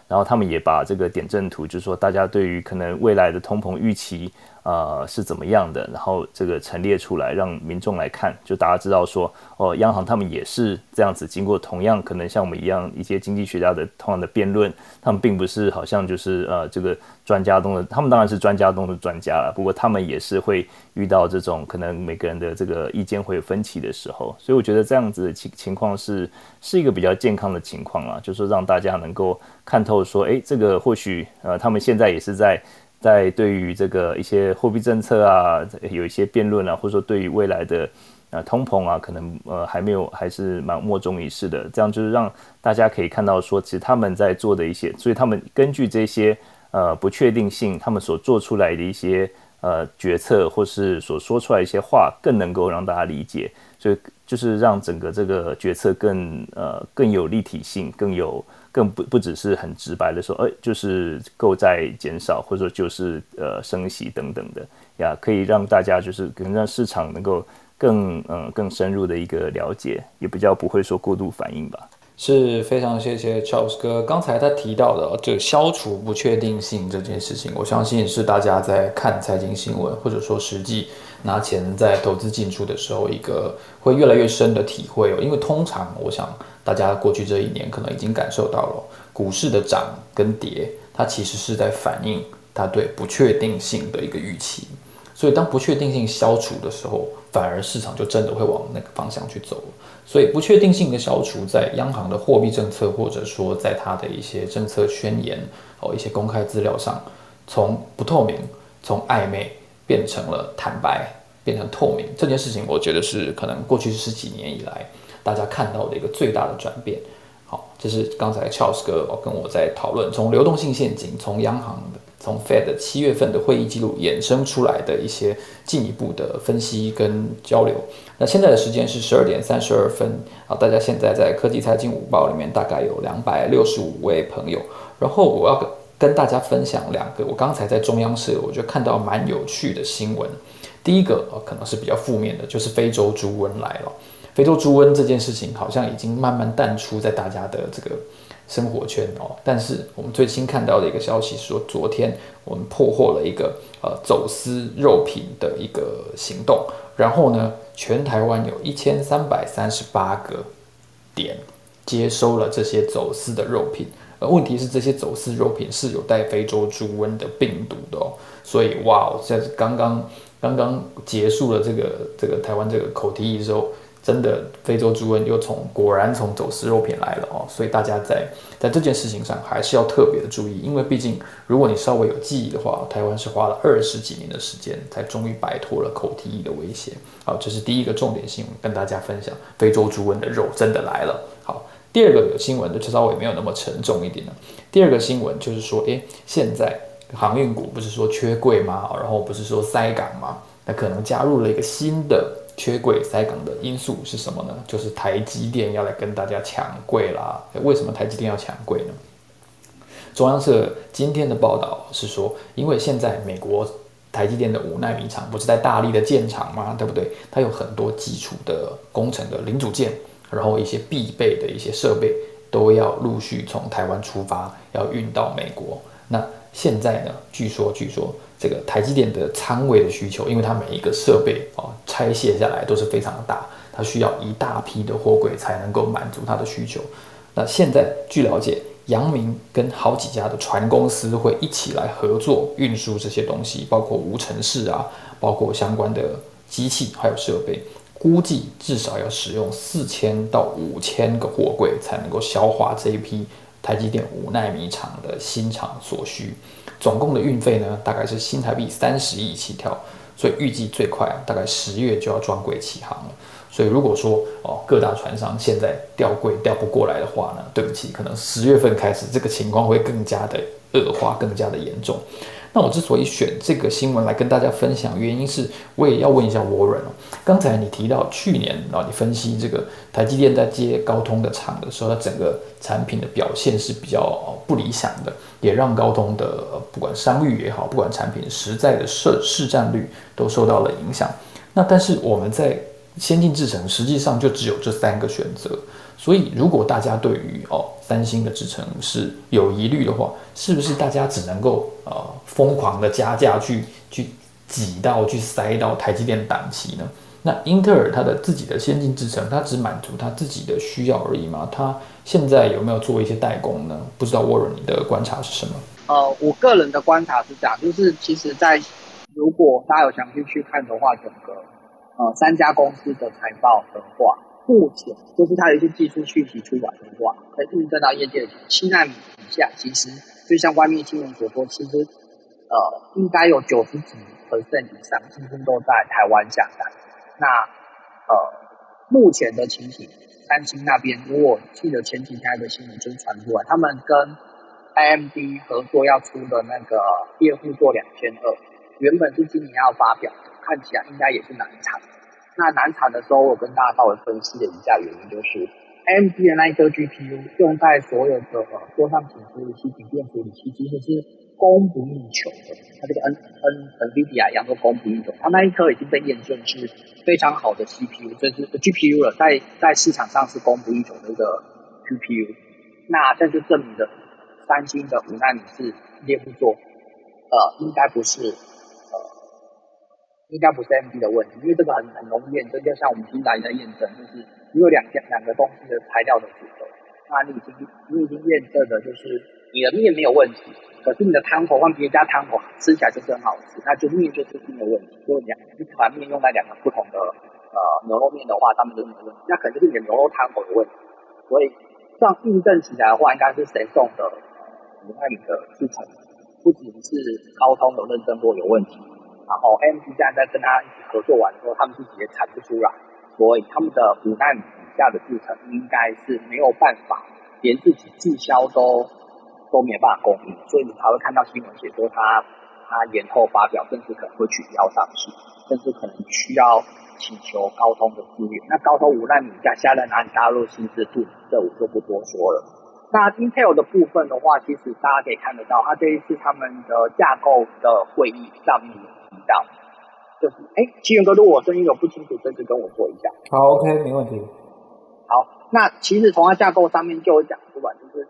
然后他们也把这个点阵图，就是说大家对于可能未来的通膨预期是怎么样的，然后这个陈列出来让民众来看，就大家知道说央行他们也是这样子，经过同样可能像我们一样一些经济学家的同样的辩论，他们并不是好像就是这个专家中的，他们当然是专家中的专家了，不过他们也是会遇到这种可能每个人的这个意见会有分歧的时候，所以我觉得这样子的情况是一个比较健康的情况啦，就是说让大家能够看透说，这个或许他们现在也是在对于这个一些货币政策啊有一些辩论啊，或者说对于未来的通膨啊，可能还是蛮莫衷一是的，这样就是让大家可以看到说，其实他们在做的一些，所以他们根据这些不确定性，他们所做出来的一些决策，或是所说出来的一些话，更能够让大家理解，所以就是让整个这个决策更有立体性，更不只是很直白的说，就是购债减少，或者说就是升息等等的呀，可以让大家就是可能让市场能够更深入的一个了解，也比较不会说过度反应吧。 是非常谢谢 Charles 哥，刚才他提到的这个消除不确定性这件事情，我相信是大家在看财经新闻，或者说实际拿钱在投资进出的时候，一个会越来越深的体会因为通常我想大家过去这一年可能已经感受到了，股市的涨跟跌，它其实是在反映它对不确定性的一个预期。所以当不确定性消除的时候，反而市场就真的会往那个方向去走了。所以不确定性的消除，在央行的货币政策，或者说在它的一些政策宣言一些公开资料上，从不透明，从暧昧变成了坦白，变成透明。这件事情，我觉得是可能过去10几年以来大家看到的一个最大的转变。好，这是刚才 Charles 哥跟我在讨论，从流动性陷阱，从央行的。从 Fed 7月份的会议记录衍生出来的一些进一步的分析跟交流。那现在的时间是12点32分啊，大家现在在科技财经午报里面大概有265位朋友。然后我要跟大家分享2个我刚才在中央社我觉得看到蛮有趣的新闻。第一个可能是比较负面的，就是非洲猪瘟来了。非洲猪瘟这件事情好像已经慢慢淡出在大家的这个生活圈但是我们最新看到的一个消息是说，昨天我们破获了一个走私肉品的一个行动，然后呢，全台湾有1338个点接收了这些走私的肉品，问题是这些走私肉品是有带非洲猪瘟的病毒的所以哇，这刚刚结束了这个台湾这个口蹄疫之后。真的，非洲猪瘟又果然从走私肉品来了所以大家在这件事情上还是要特别的注意，因为毕竟如果你稍微有记忆的话，台湾是花了20几年的时间才终于摆脱了口蹄疫的威胁。好，这是第一个重点新闻，跟大家分享，非洲猪瘟的肉真的来了。好，第二个有新闻就稍微没有那么沉重一点了。第二个新闻就是说，现在航运股不是说缺柜吗？然后不是说塞港吗？那可能加入了一个新的。缺柜塞港的因素是什么呢？就是台积电要来跟大家抢柜啦。为什么台积电要抢柜呢？中央社今天的报道是说，因为现在美国台积电的5奈米厂不是在大力的建厂吗？对不对？它有很多基础的工程的零组件，然后一些必备的一些设备都要陆续从台湾出发，要运到美国。那现在呢？据说这个台积电的仓位的需求，因为它每一个设备拆卸下来都是非常大，它需要一大批的货柜才能够满足它的需求。那现在据了解，阳明跟好几家的船公司会一起来合作运输这些东西，包括无尘室啊，包括相关的机器还有设备，估计至少要使用4000到5000个货柜才能够消化这一批台积电5奈米厂的新厂所需。总共的运费呢，大概是新台币30亿起跳，所以预计最快大概10月就要装柜起航了。所以如果说各大船商现在调柜调不过来的话呢，对不起，可能10月份开始这个情况会更加的恶化，更加的严重。那我之所以选这个新闻来跟大家分享，原因是我也要问一下Warren刚才你提到去年你分析这个台积电在接高通的厂的时候，它整个产品的表现是比较不理想的，也让高通的不管商誉也好，不管产品实在的市占率都受到了影响。那但是我们在先进制程实际上就只有这3个选择。所以如果大家对于三星的制程是有疑虑的话，是不是大家只能够疯狂的加价去挤到去塞到台积电档期呢？那英特尔它的自己的先进制程，它只满足它自己的需要而已吗？它现在有没有做一些代工呢？不知道 Warren 你的观察是什么？ 我个人的观察是这样，就是其实如果大家有详细去看的话，整个3家公司的财报的话，目前就是它的一些技术讯息出来的话，可以印证到业界的7奈米以下，其实就像外面新闻所说，其实应该有90几%以上几乎都在台湾下单。那目前的情形，三星那边如果记得前几天的新闻就是传出来，他们跟 AMD 合作要出的那个猎户座2200，原本是今年要发表的，看起来应该也是难产。那难产的时候，我跟大家稍微分析了一下原因，就是 AMD 的那一颗 GPU 用在所有的桌上型处理器、笔电处理器，其实是供不应求的。它这个 NVIDIA 一样都供不应求，它那一颗已经被验证是非常好的 CPU， 这是 GPU 了，在市场上是供不应求的一个 GPU。那这就证明了三星的5奈米是猎户座，应该不是 AMD 的问题，因为这个很容易验证，就像我们平常在验证，就是你有两个东西的材料的组合，那你已经验证了，就是你的面没有问题，可是你的汤头换别家汤头吃起来就是很好吃，那就面就是没有问题。如果一款面用在2个不同的牛肉面的话，它们就没有问题，那可能就是你的牛肉汤头有问题。所以这样印证起来的话，应该是谁送的5奈米的制程，不仅是高通有认证过有问题。然后 AMD 现在在跟他一起合作完之后，他们自己也产不出来，所以他们的5奈米以下的制程应该是没有办法，连自己滞销都没办法供应，所以你才会看到新闻写说他延后发表，甚至可能会取消上市，甚至可能需要请求高通的资源。那高通5奈米以下下在哪里，大家都心知肚明，这我就不多说了。那 Intel 的部分的话，其实大家可以看得到，它这一次他们的架构的会议上面有提到，就是奇源哥，如果我声音有不清楚，随时跟我说一下。 好 ，OK， 没问题。 好，那其实从它架构上面就有讲出来，就是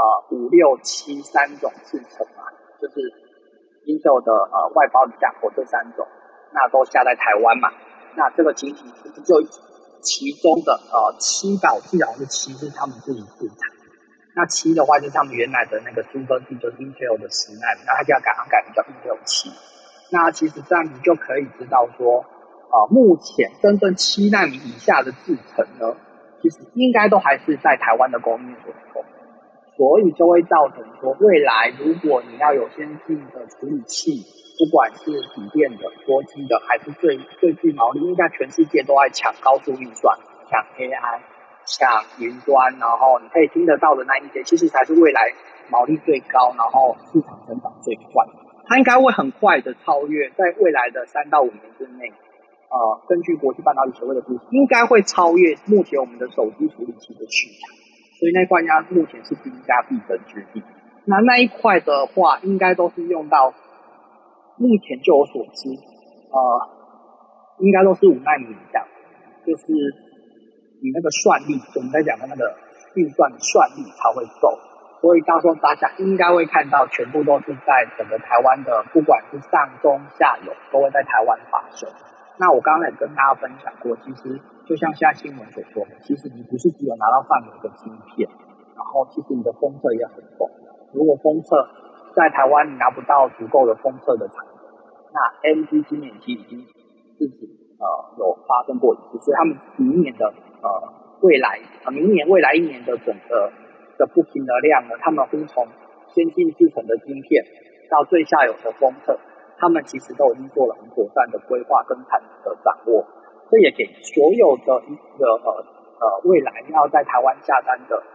5、6、7 3种制程嘛，就是 Intel 的外包的架构这3种，那都下在台湾嘛。那这个情形就其中的7吧，我记得好像是7是他们自己制产。那7的话就是他们原来的那个出分器，就是 Intel 的10奈米，那它就要改名叫 Intel 7。那其实这样你就可以知道说，目前真正7奈米以下的制程呢，其实应该都还是在台湾的供应链所提供，所以就会造成说，未来如果你要有先进的处理器，不管是笔电的、桌机的，还是最具毛利，应该全世界都在抢高速运算、抢 AI。抢云端，然后你可以听得到的那一些，其实才是未来毛利最高，然后市场成长最快。它应该会很快的超越，在未来的3到5年之内，根据国际半导体协会的估计，应该会超越目前我们的手机处理器的市场。所以那块家目前是兵家必争之地。那一块的话，应该都是用到，目前就我所知，应该都是5奈米以下，就是。你那个算力，我们在讲的那个运算算力才会够，所以到时候大家应该会看到，全部都是在整个台湾的，不管是上中下游，都会在台湾发生。那我刚才也跟大家分享过，其实就像现在新闻所说的，其实你不是只有拿到范围的晶片，然后其实你的封测也很重要。如果封测在台湾你拿不到足够的封测的产能，那 AMD 今年其实已经自己有发生过一次，所以他们明年的未来1年的整个的不平的量呢，他们会从先进制程的晶片到最下游的封测，他们其实都已经做了很妥善的规划跟产能的掌握，这也给所有的一个未来要在台湾下单的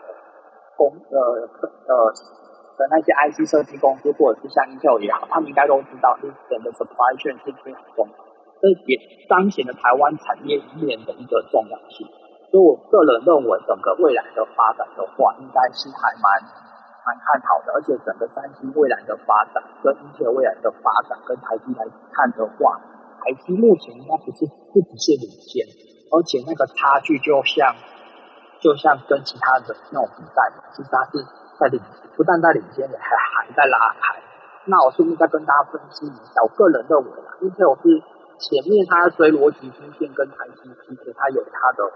那些 IC 设计公司或者是像 Intel 也好，他们应该都知道，就是整个 supply chain 是非常重要，这也彰显了台湾产业链的一个重要性。所以我个人认为，整个未来的发展的话，应该是还蛮看好的。而且整个三星未来的发展跟Intel未来的发展跟台积来看的话，台积目前应该不只是领先， 而且那个差距就像跟其他的那种比赛，其实它是在领先，不但在领先，还在拉开。那我顺便再跟大家分析一下，我个人认为啦，Intel 是前面它追逻辑晶片跟台积 PK， 它有它的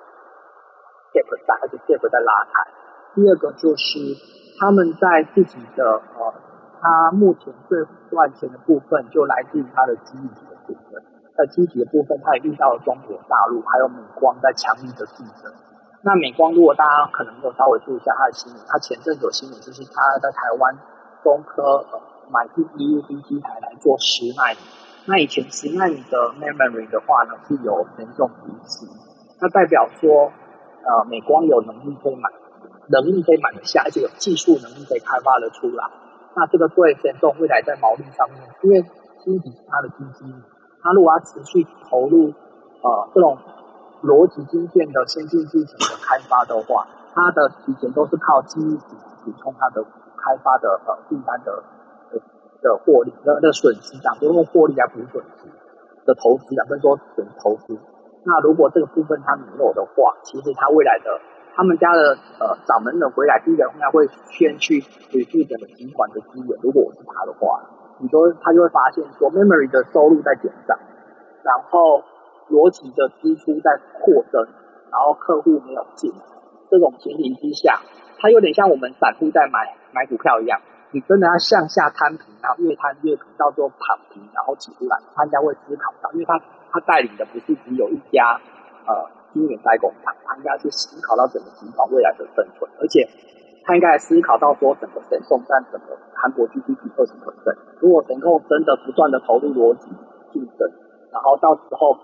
gap 在，而且 gap 在拉开。第二个就是他们在自己的它目前最赚钱的部分就来自于它的基体的部分，在基体的部分，它也遇到了中国大陆还有美光在强力的竞争。那美光如果大家可能有稍微注意一下它的新闻，它前阵子有新闻就是它在台湾中科买进 EUV 机台来做10奈米。那以前10奈米的 memory 的话呢是有严重稀释，那代表说美光有能力可以买得下，而且有技术能力可以开发得出来。那这个对神众未来在毛利上面，因为基底是它的基金，它如果要持续投入这种逻辑晶片的先进制程的开发的话，它的以前都是靠记忆体补充它的开发的订单的获利的损失，就用获利来补损失的投资，跟说损投资。那如果这个部分它没有的话，其实它未来的他们家的掌门人回来，第一个应该会先去回复整个集团的资源。如果我是他的话，他就会发现说 ，memory 的收入在减少，然后逻辑的支出在扩增，然后客户没有进来，这种前提之下，它有点像我们散户在买股票一样，你真的要向下摊平，然后越摊越平，到最后躺平，然后起不来，他应该会思考到，因为他带领的不是只有一家晶圆代工厂，他应该是思考到整个集团未来的生存，而且他应该思考到说整个神送占整个韩国 GDP 20%，如果神送真的不断的投入逻辑竞争，然后到时候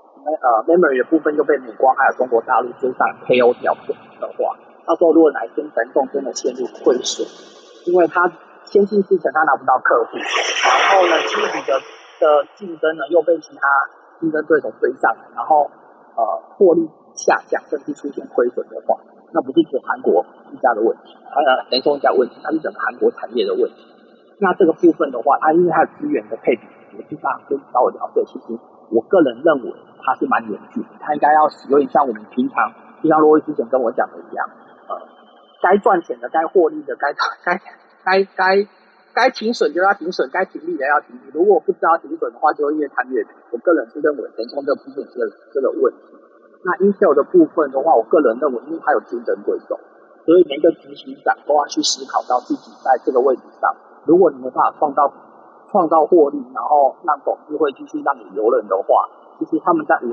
memory 的部分又被美光还有中国大陆追上 KO 掉的话，到时候如果哪一天神送真的陷入亏损，因为他先进制程他拿不到客户，然后呢基底的竞争呢又被其他竞争对手追上，然后获利下降甚至出现亏损的话，那不是只有韩国一家的问题，神送一家问题，它是整个韩国产业的问题。那这个部分的话，它因为它的资源的配比，我去跟稍微了解，其实我个人认为它是蛮严峻的，它应该要有点像我们平常，就像罗威之前跟我讲的一样，该赚钱的、该获利的、该停损就要停损，该停利的要停利。如果不知道停损的话，就会越摊越平。我个人是认为神送这个部分是这个问题。那 Intel 的部分的话，我个人认为，因为它有竞争对手，所以每个执行长都要去思考到自己在这个位置上，如果你没办法创造获利，然后让董事会继续让你留任的话，其实他们在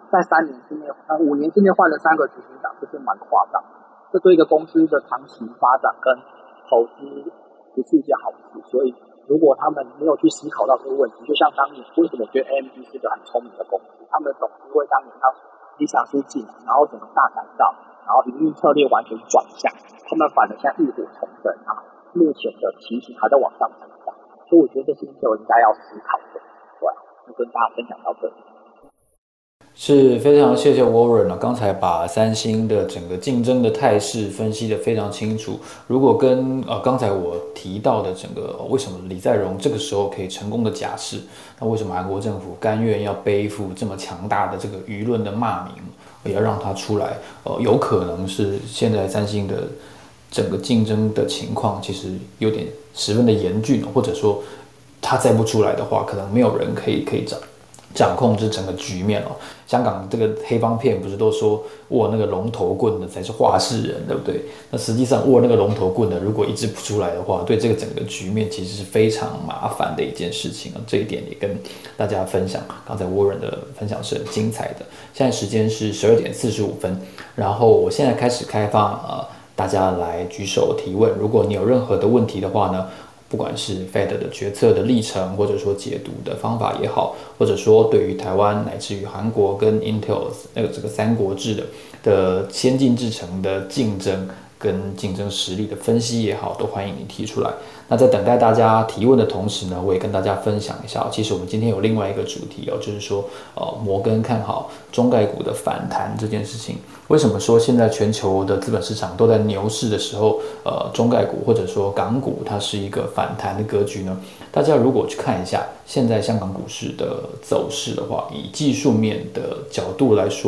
3年之内，5年之内换了3个执行长，这是蛮夸张。这对一个公司的长期发展跟投资不是一件好事。所以，如果他们没有去思考到这个问题，就像当年为什么我觉得 AMD 是个很聪明的公司，他们的董事会当年让理想书进来，然后整个大改造，然后营运策略完全转向，他们反而现在浴火重生啊，目前的情形还在往上成长，所以我觉得这是Intel应该要思考的。对，就跟大家分享到这里。 是非常谢谢 Warren 刚才把三星的整个竞争的态势分析得非常清楚。如果跟刚才我提到的整个为什么李在镕这个时候可以成功的假释，那为什么韩国政府甘愿要背负这么强大的这个舆论的骂名，也要让他出来？有可能是现在三星的整个竞争的情况其实有点十分的严峻，或者说他再不出来的话，可能没有人可以掌控这整个局面哦。香港这个黑帮片不是都说握那个龙头棍的才是话事人，对不对？那实际上握那个龙头棍的，如果一直不出来的话，对这个整个局面其实是非常麻烦的一件事情啊。这一点也跟大家分享，刚才Warren的分享是很精彩的。现在时间是12:45，然后我现在开始开放大家来举手提问。如果你有任何的问题的话呢，不管是 Fed 的决策的历程，或者说解读的方法也好，或者说对于台湾乃至于韩国跟 Intel 这个三国志的先进制程的竞争跟竞争实力的分析也好，都欢迎你提出来。那在等待大家提问的同时呢，我也跟大家分享一下，其实我们今天有另外一个主题就是说摩根看好中概股的反弹这件事情。为什么说现在全球的资本市场都在牛市的时候，中概股或者说港股它是一个反弹的格局呢？大家如果去看一下现在香港股市的走势的话，以技术面的角度来说，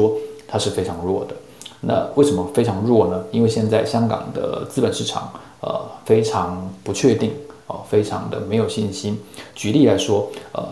它是非常弱的。那为什么非常弱呢？因为现在香港的资本市场非常不确定非常的没有信心。举例来说，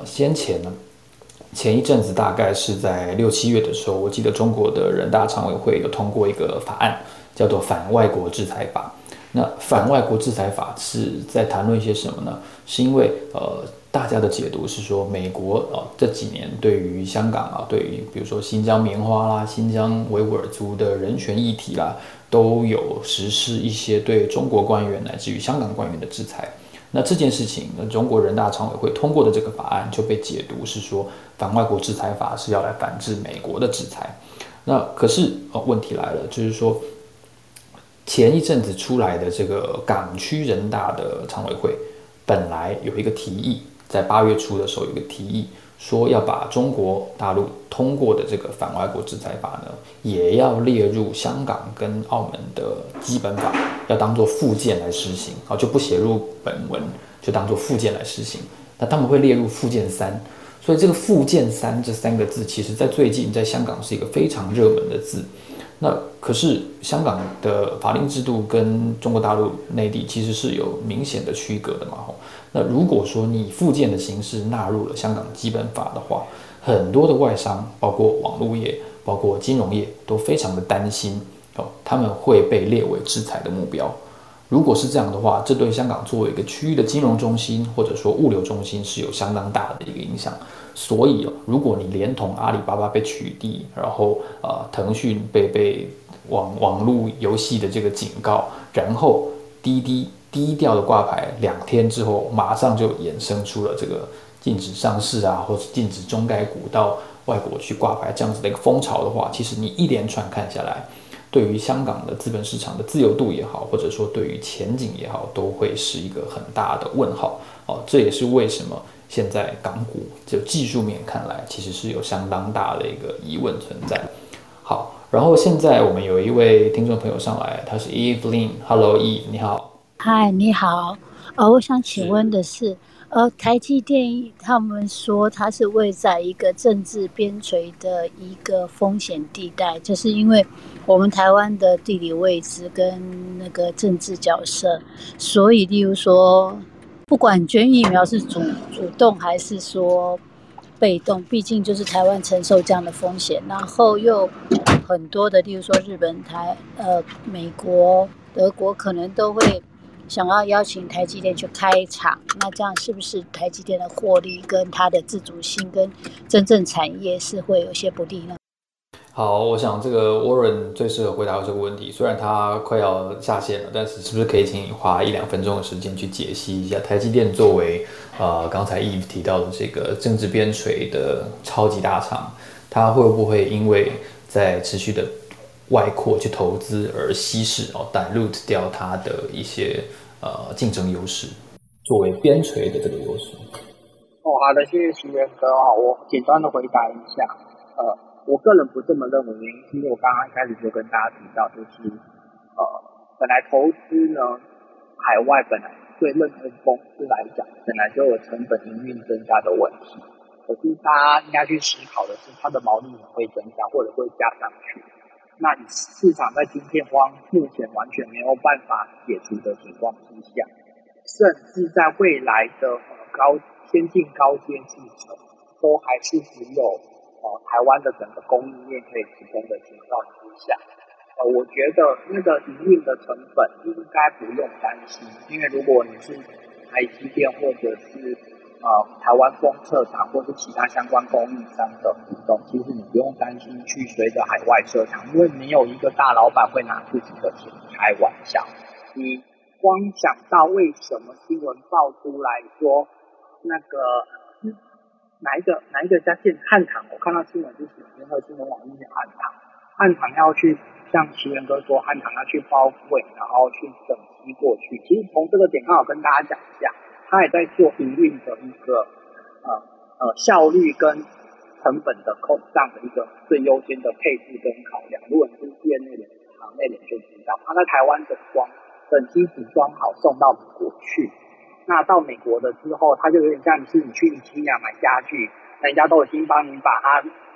前一阵子大概是在6、7月的时候，我记得中国的人大常委会有通过一个法案，叫做反外国制裁法。那反外国制裁法是在谈论一些什么呢？是因为大家的解读是说，美国这几年对于香港对于比如说新疆棉花啦、新疆维吾尔族的人权议题啦，都有实施一些对中国官员乃至于香港官员的制裁。那这件事情，中国人大常委会通过的这个法案就被解读是说，反外国制裁法是要来反制美国的制裁。那可是问题来了，就是说前一阵子出来的这个港区人大的常委会，本来有一个提议，在8月初的时候有一个提议，说要把中国大陆通过的这个反外国制裁法呢，也要列入香港跟澳门的基本法，要当作附件来施行，就不写入本文，就当作附件来施行。那他们会列入附件3，所以这个附件3这3个字，其实在最近在香港是一个非常热门的字。那可是香港的法令制度跟中国大陆内地其实是有明显的区隔的嘛。那如果说你以附件的形式纳入了香港基本法的话，很多的外商，包括网络业、包括金融业，都非常的担心他们会被列为制裁的目标。如果是这样的话，这对香港作为一个区域的金融中心或者说物流中心是有相当大的一个影响。所以如果你连同阿里巴巴被取缔，然后腾讯被网络游戏的这个警告，然后滴滴低调的挂牌2天之后，马上就衍生出了这个禁止上市或者禁止中概股到外国去挂牌这样子的一个风潮的话，其实你一连串看下来，对于香港的资本市场的自由度也好，或者说对于前景也好，都会是一个很大的问号。这也是为什么现在港股就技术面看来，其实是有相当大的一个疑问存在。好，然后现在我们有一位听众朋友上来，他是 Evelyn。Hello Eve， 你好。 嗨，你好。我想请问的是，台积电他们说它是位在一个政治边陲的一个风险地带，就是因为我们台湾的地理位置跟那个政治角色，所以例如说，不管捐疫苗是主动还是说被动，毕竟就是台湾承受这样的风险，然后又很多的，例如说日本、美国、德国可能都会想要邀请台积电去开厂，那这样是不是台积电的获利跟它的自主性跟真正产业是会有些不利呢？ 好，我想这个 Warren 最适合回答这个问题。虽然他快要下线了，但是是不是可以请你花1-2分钟的时间去解析一下台积电作为刚才 Eve 提到的这个政治边陲的超级大厂，它会不会因为在持续的外扩去投资而稀释dilute 掉它的一些竞争优势，作为边陲的这个优势？ 好的，谢谢徐元哥我简单的回答一下。我个人不这么认为，原因是因为我刚刚一开始就跟大家提到，就是本来投资呢，海外本来对任何公司来讲，本来就有成本营运增加的问题。可是大家应该去思考的是，它的毛利也会增加，或者会加上去。那你市场在晶片荒目前完全没有办法解除的情况之下，甚至在未来的先进高阶制程，都还是只有台湾的整个供应链可以提供的情况之下，我觉得那个营运的成本应该不用担心，因为如果你是台积电或者是台湾封测厂或是其他相关供应商的股东，其实你不用担心去随着海外设厂，因为没有一个大老板会拿自己的钱开玩笑。你光想到为什么新闻爆出来说那个哪一个家建汉唐，我看到新闻是联合新闻网是汉唐要去像奇源哥说，汉唐要去包柜，然后去整机过去。其实从这个点刚好跟大家讲一下，他也在做营运的一个效率跟成本的控上的一个最优先的配置跟考量。如果你是业内人、行内人就知道，他在台湾整机组装好送到美国去。那到美国的之后，它就有点像是你去宜家买家具，人家都已经帮你把它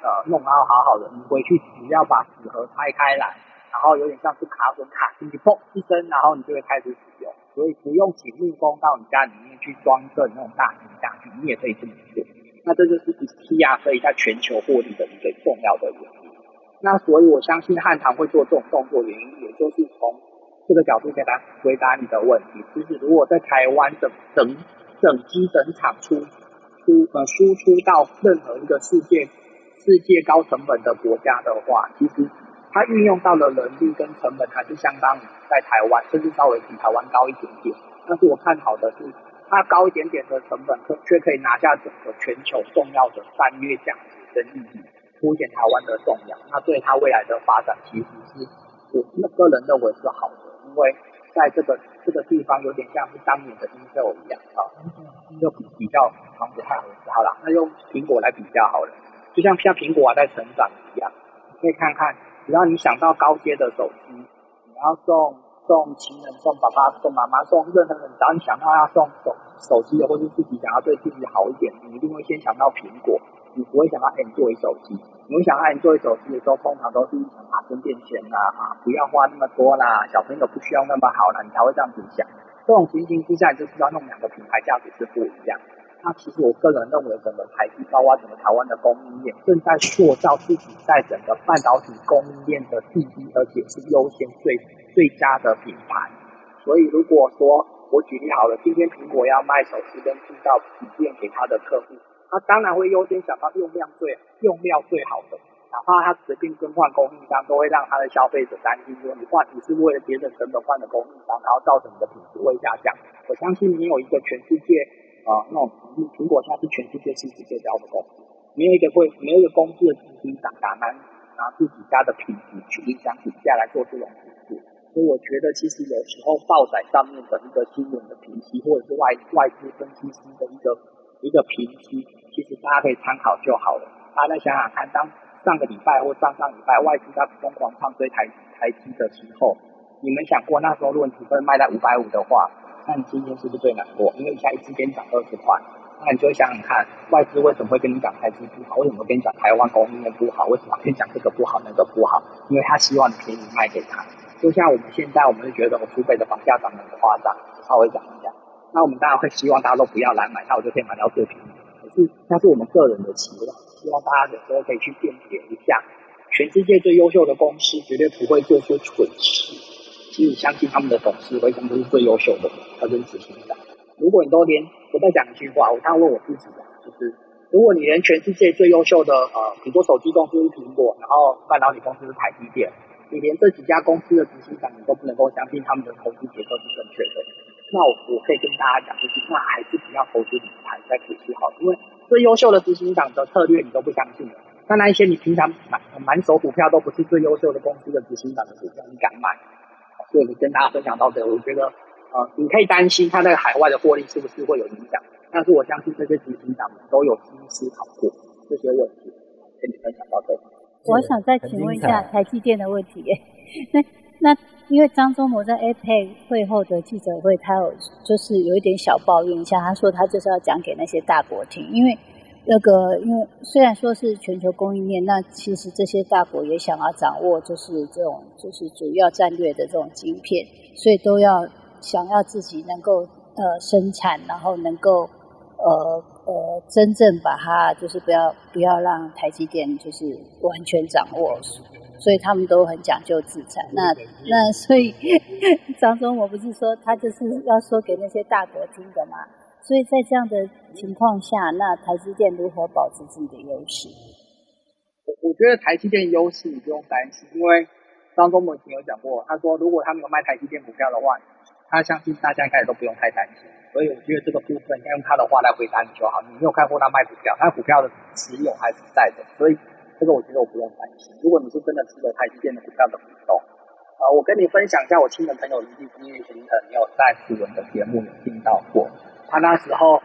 弄好的，你回去只要把纸盒拆开来，然后有点像是卡榫卡进去，砰一声，然后你就会开始使用。所以不用请木工到你家里面去装设那种大型家具，你也可以这么做。那这就是 IKEA 可以在全球获利的一个重要的原因。那所以我相信汉唐会做这种动作，原因也就是从这个角度给他回答你的问题。其实如果在台湾整机整厂输出到任何一个世界高成本的国家的话，其实它运用到的人力跟成本还是相当于在台湾，甚至稍微比台湾高一点点。但是我看好的是，它高一点点的成本却可以拿下整个全球重要的战略价值跟意义，凸显台湾的重要。那对它未来的发展，其实是我个人认为是好的，因为在这个地方有点像是当年的 Intel 一样啊，Intel 比较好像不太好啦，那用苹果来比较好了，就像苹果在成长一样，你可以看看。只要你想到高阶的手机，你要送情人、送爸爸、送妈妈、送任何人，只要你想到要送手机的，或是自己想要对自己好一点，你一定会先想到苹果，你不会想到Android手机。你会想到Android手机的时候，通常都是想充电钱不要花那么多啦，小朋友不需要那么好啦，你才会这样子想。这种情形之下，你就知道那两个品牌价值是不一样。那其实我个人认为，整个台积包括整个台湾的供应链正在塑造自己在整个半导体供应链的第一，而且是优先最佳的品牌。所以如果说我举例好了，今天苹果要卖手机跟制造笔电给他的客户，他当然会优先想到用料最好的，哪怕他随便更换供应商，都会让他的消费者担心说你是为了节省成本换的供应商，然后造成你的品质会下降。我相信你有一个全世界那种苹果，它是全世界市值最高的公司，没有一个公司的执行长敢拿自己家的品质去影响股价来做这种事情。所以我觉得其实有时候报载上面的一个新闻的评析，或者是外资分析师的一个评析，其实大家可以参考就好了。大家再想想看，当上个礼拜或上礼拜外资在疯狂唱衰台积的时候，你们想过那时候如果你分卖在550的话，那你今天是不是最难过？因为一下一次跟你涨20块，那你就会想想看，外资为什么会跟你讲台积不好？为什么跟你讲台湾供应链不好？为什么跟你讲这个不好那个不好？因为他希望你便宜卖给他。就像我们现在，我们就觉得我储备的房价涨得很夸张，稍微涨一下，那我们当然会希望大家都不要来买，那我就可以买到最便宜。可是那是我们个人的期望，希望大家有时候可以去辨别一下，全世界最优秀的公司绝对不会做出蠢事。其实相信他们的董事会，他们都是最优秀的人，他跟执行长。如果你都连，我再讲一句话，我常问我自己就是如果你连全世界最优秀的比如说手机公司是苹果，然后半导体公司是台积电，你连这几家公司的执行长你都不能够相信他们的投资决策是正确的，那我可以跟大家讲，就是那还是不要投资理财在股市好，因为最优秀的执行长的策略你都不相信了，那一些你平常满手股票都不是最优秀的公司的执行长的股票，你敢买？所以我跟大家分享到这，我觉得你可以担心他在海外的获利是不是会有影响，但是我相信这些执行长们都有思考过这些问题，跟你分享到这里。 我想再请问一下台积电的问题。那因为张忠谋在 APEC 会后的记者会，他就是有一点小抱怨一下，他说他就是要讲给那些大国听，因为虽然说是全球供应链，那其实这些大国也想要掌握就是这种就是主要战略的这种晶片，所以都要想要自己能够生产，然后能够真正把它就是不要让台积电就是完全掌握，所以他们都很讲究自产。那所以张忠谋不是说他就是要说给那些大国听的嘛？所以在这样的情况下，那台积电如何保持自己的优势？ 我觉得台积电优势你不用担心，因为张忠谋以前有讲过，他说如果他没有卖台积电股票的话，他相信大家应该也都不用太担心。所以我觉得这个部分应该用他的话来回答你就好。你没有看过他卖股票，他股票的持有还是在的，所以这个我觉得我不用担心。如果你是真的持有台积电的股票的股东，我跟你分享一下我亲人朋友林立因为林腾你有在楚文的节目有听到过，他那时候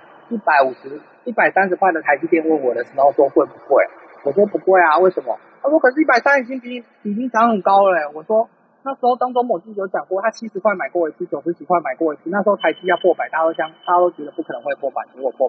130块的台积电问我的时候说会不会，我说不会啊，为什么？他说可是130已经涨很高了。我说那时候张忠谋自己有讲过，他70块买过一次，90几块买过一次，那时候台积要破100，大家都觉得不可能会破100，结果破100。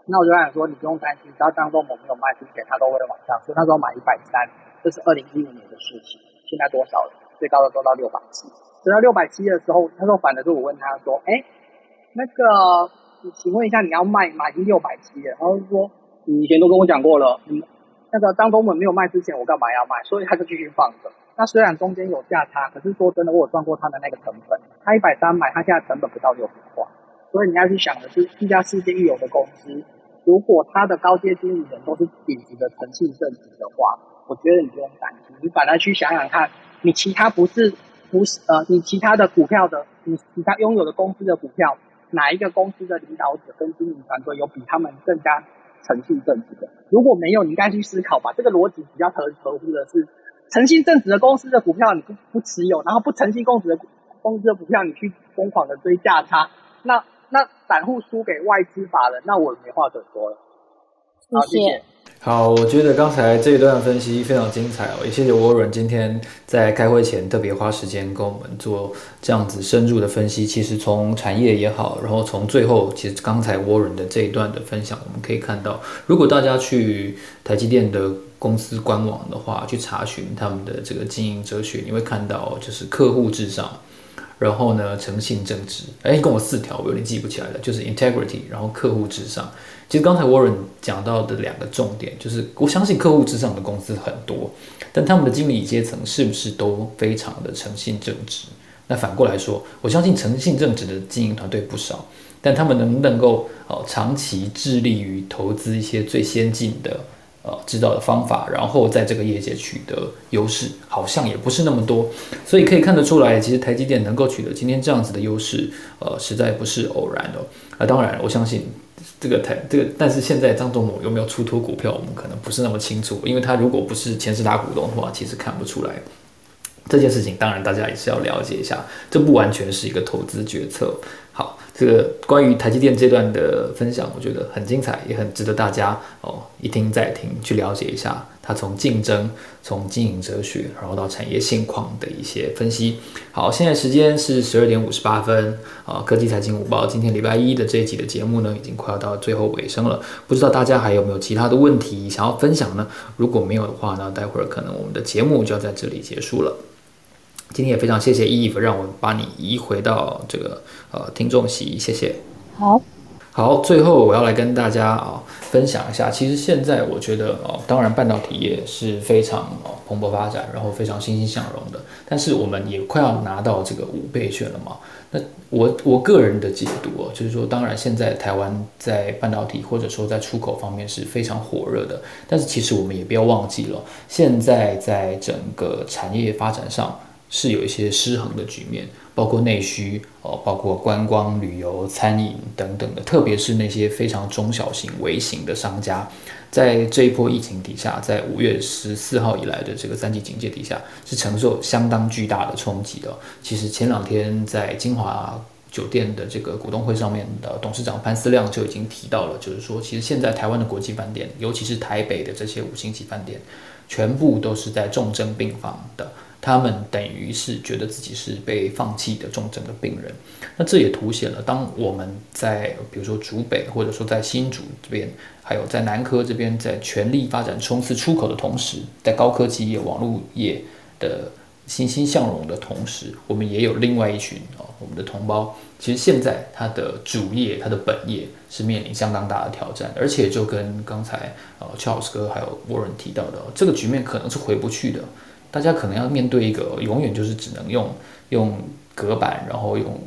那我就想说，你不用担心，只要张忠谋没有卖之前，它都会往上。所以那时候买130，这是2015年的事情。现在多少了？最高的都到670。直到670的时候，那时候反的是我问他说：“那个，请问一下，你要卖吗？已经670了。”然后就说：“你以前都跟我讲过了，那个张忠谋没有卖之前，我干嘛要卖？”所以他就继续放着。那虽然中间有价差，可是说真的，我有算过他的那个成本，他130买，他现在成本不到60块。所以你要去想的是，一家世界一流的公司，如果他的高阶经理人都是顶级的诚信正直的话，我觉得你不用担心。你反而去想想看，你其他你其他的股票的，你其他拥有的公司的股票，哪一个公司的领导者跟经理团队有比他们更加诚信正直的？如果没有，你应该去思考吧。这个逻辑比较合乎的是，诚信正直的公司的股票你不持有，然后不诚信公司的股票你去疯狂的追价差，那散户输给外资法人，那我没话可说了。好，谢谢。 好，我觉得刚才这一段分析非常精彩哦，也谢谢Warren今天在开会前特别花时间跟我们做这样子深入的分析。其实从产业也好，然后从最后，其实刚才Warren的这一段的分享，我们可以看到，如果大家去台积电的公司官网的话，去查询他们的这个经营哲学，你会看到就是客户至上。然后呢，诚信正直，跟我4条，我有点记不起来了，就是 integrity， 然后客户至上。其实刚才 Warren 讲到的2个重点，就是我相信客户至上的公司很多，但他们的经理阶层是不是都非常的诚信正直？那反过来说，我相信诚信正直的经营团队不少，但他们能不能够长期致力于投资一些最先进的知道的方法，然后在这个业界取得优势，好像也不是那么多，所以可以看得出来，其实台积电能够取得今天这样子的优势，实在不是偶然的。当然，我相信这个，但是现在张忠谋有没有出脱股票，我们可能不是那么清楚，因为他如果不是前10大股东的话，其实看不出来。这件事情当然大家也是要了解一下，这不完全是一个投资决策。好，这个关于台积电这段的分享，我觉得很精彩，也很值得大家一听再听，去了解一下它从竞争、从经营哲学，然后到产业现况的一些分析。好，现在时间是12点58分，科技财经午报今天礼拜1的这一集的节目呢，已经快要到最后尾声了。不知道大家还有没有其他的问题想要分享呢？如果没有的话呢，待会儿可能我们的节目就要在这里结束了。今天也非常谢谢 Eve 让我把你移回到这个听众席，谢谢。好，最后我要来跟大家分享一下，其实现在我觉得当然半导体业是非常蓬勃发展，然后非常欣欣向荣的，但是我们也快要拿到这个5倍券了嘛。那我个人的解读就是说，当然现在台湾在半导体或者说在出口方面是非常火热的，但是其实我们也不要忘记了，现在在整个产业发展上是有一些失衡的局面，包括内需包括观光、旅游、餐饮等等的，特别是那些非常中小型、微型的商家，在这一波疫情底下，在5月14号以来的这个3级警戒底下，是承受相当巨大的冲击的。其实前2天在金华酒店的这个股东会上面的董事长潘思亮就已经提到了，就是说，其实现在台湾的国际饭店，尤其是台北的这些5星级饭店，全部都是在重症病房的。他们等于是觉得自己是被放弃的重症的病人，那这也凸显了，当我们在比如说竹北，或者说在新竹这边，还有在南科这边，在全力发展冲刺出口的同时，在高科技业、网络业的欣欣向荣的同时，我们也有另外一群我们的同胞，其实现在他的主业、他的本业是面临相当大的挑战，而且就跟刚才Charles 哥还有 Warren 提到的，这个局面可能是回不去的。大家可能要面对一个永远就是只能用隔板，然后用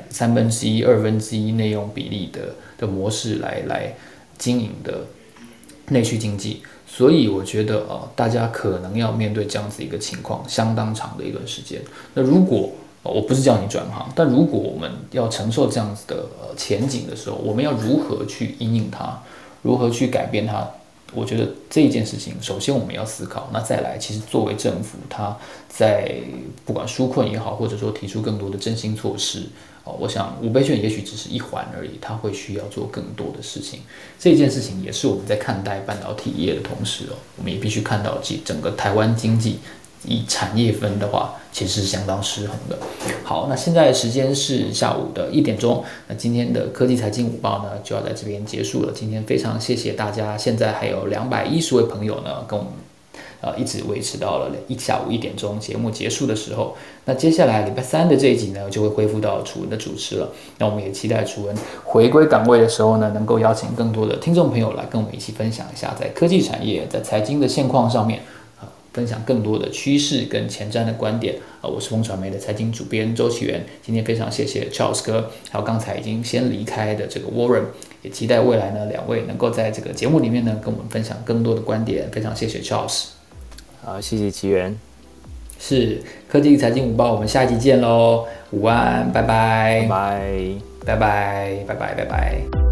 1/3、1/2内用比例的模式来经营的内需经济，所以我觉得大家可能要面对这样子一个情况，相当长的一段时间。那如果我不是叫你转行，但如果我们要承受这样子的前景的时候，我们要如何去因应它，如何去改变它？我觉得这一件事情，首先我们要思考，那再来，其实作为政府，它在不管纾困也好，或者说提出更多的振兴措施，我想5倍券也许只是一环而已，它会需要做更多的事情。这件事情也是我们在看待半导体业的同时我们也必须看到整个台湾经济以产业分的话，其实是相当失衡的。好，那现在时间是下午的1点钟，那今天的科技财经午报呢就要在这边结束了。今天非常谢谢大家，现在还有210位朋友呢跟我们一直维持到了下午1点钟节目结束的时候。那接下来礼拜3的这一集呢就会恢复到楚文的主持了。那我们也期待楚文回归岗位的时候呢，能够邀请更多的听众朋友来跟我们一起分享一下在科技产业、在财经的现况上面。分享更多的趋势跟前瞻的观点。我是风传媒的财经主编周启源。今天非常谢谢 Charles 哥，还有刚才已经先离开的这个 Warren， 也期待未来呢2位能够在这个节目里面呢跟我们分享更多的观点。非常谢谢 Charles。 好，谢谢启源。 是科技财经午报，我们下一集见喽！午安，拜拜， 拜拜， 拜拜，拜拜，拜拜。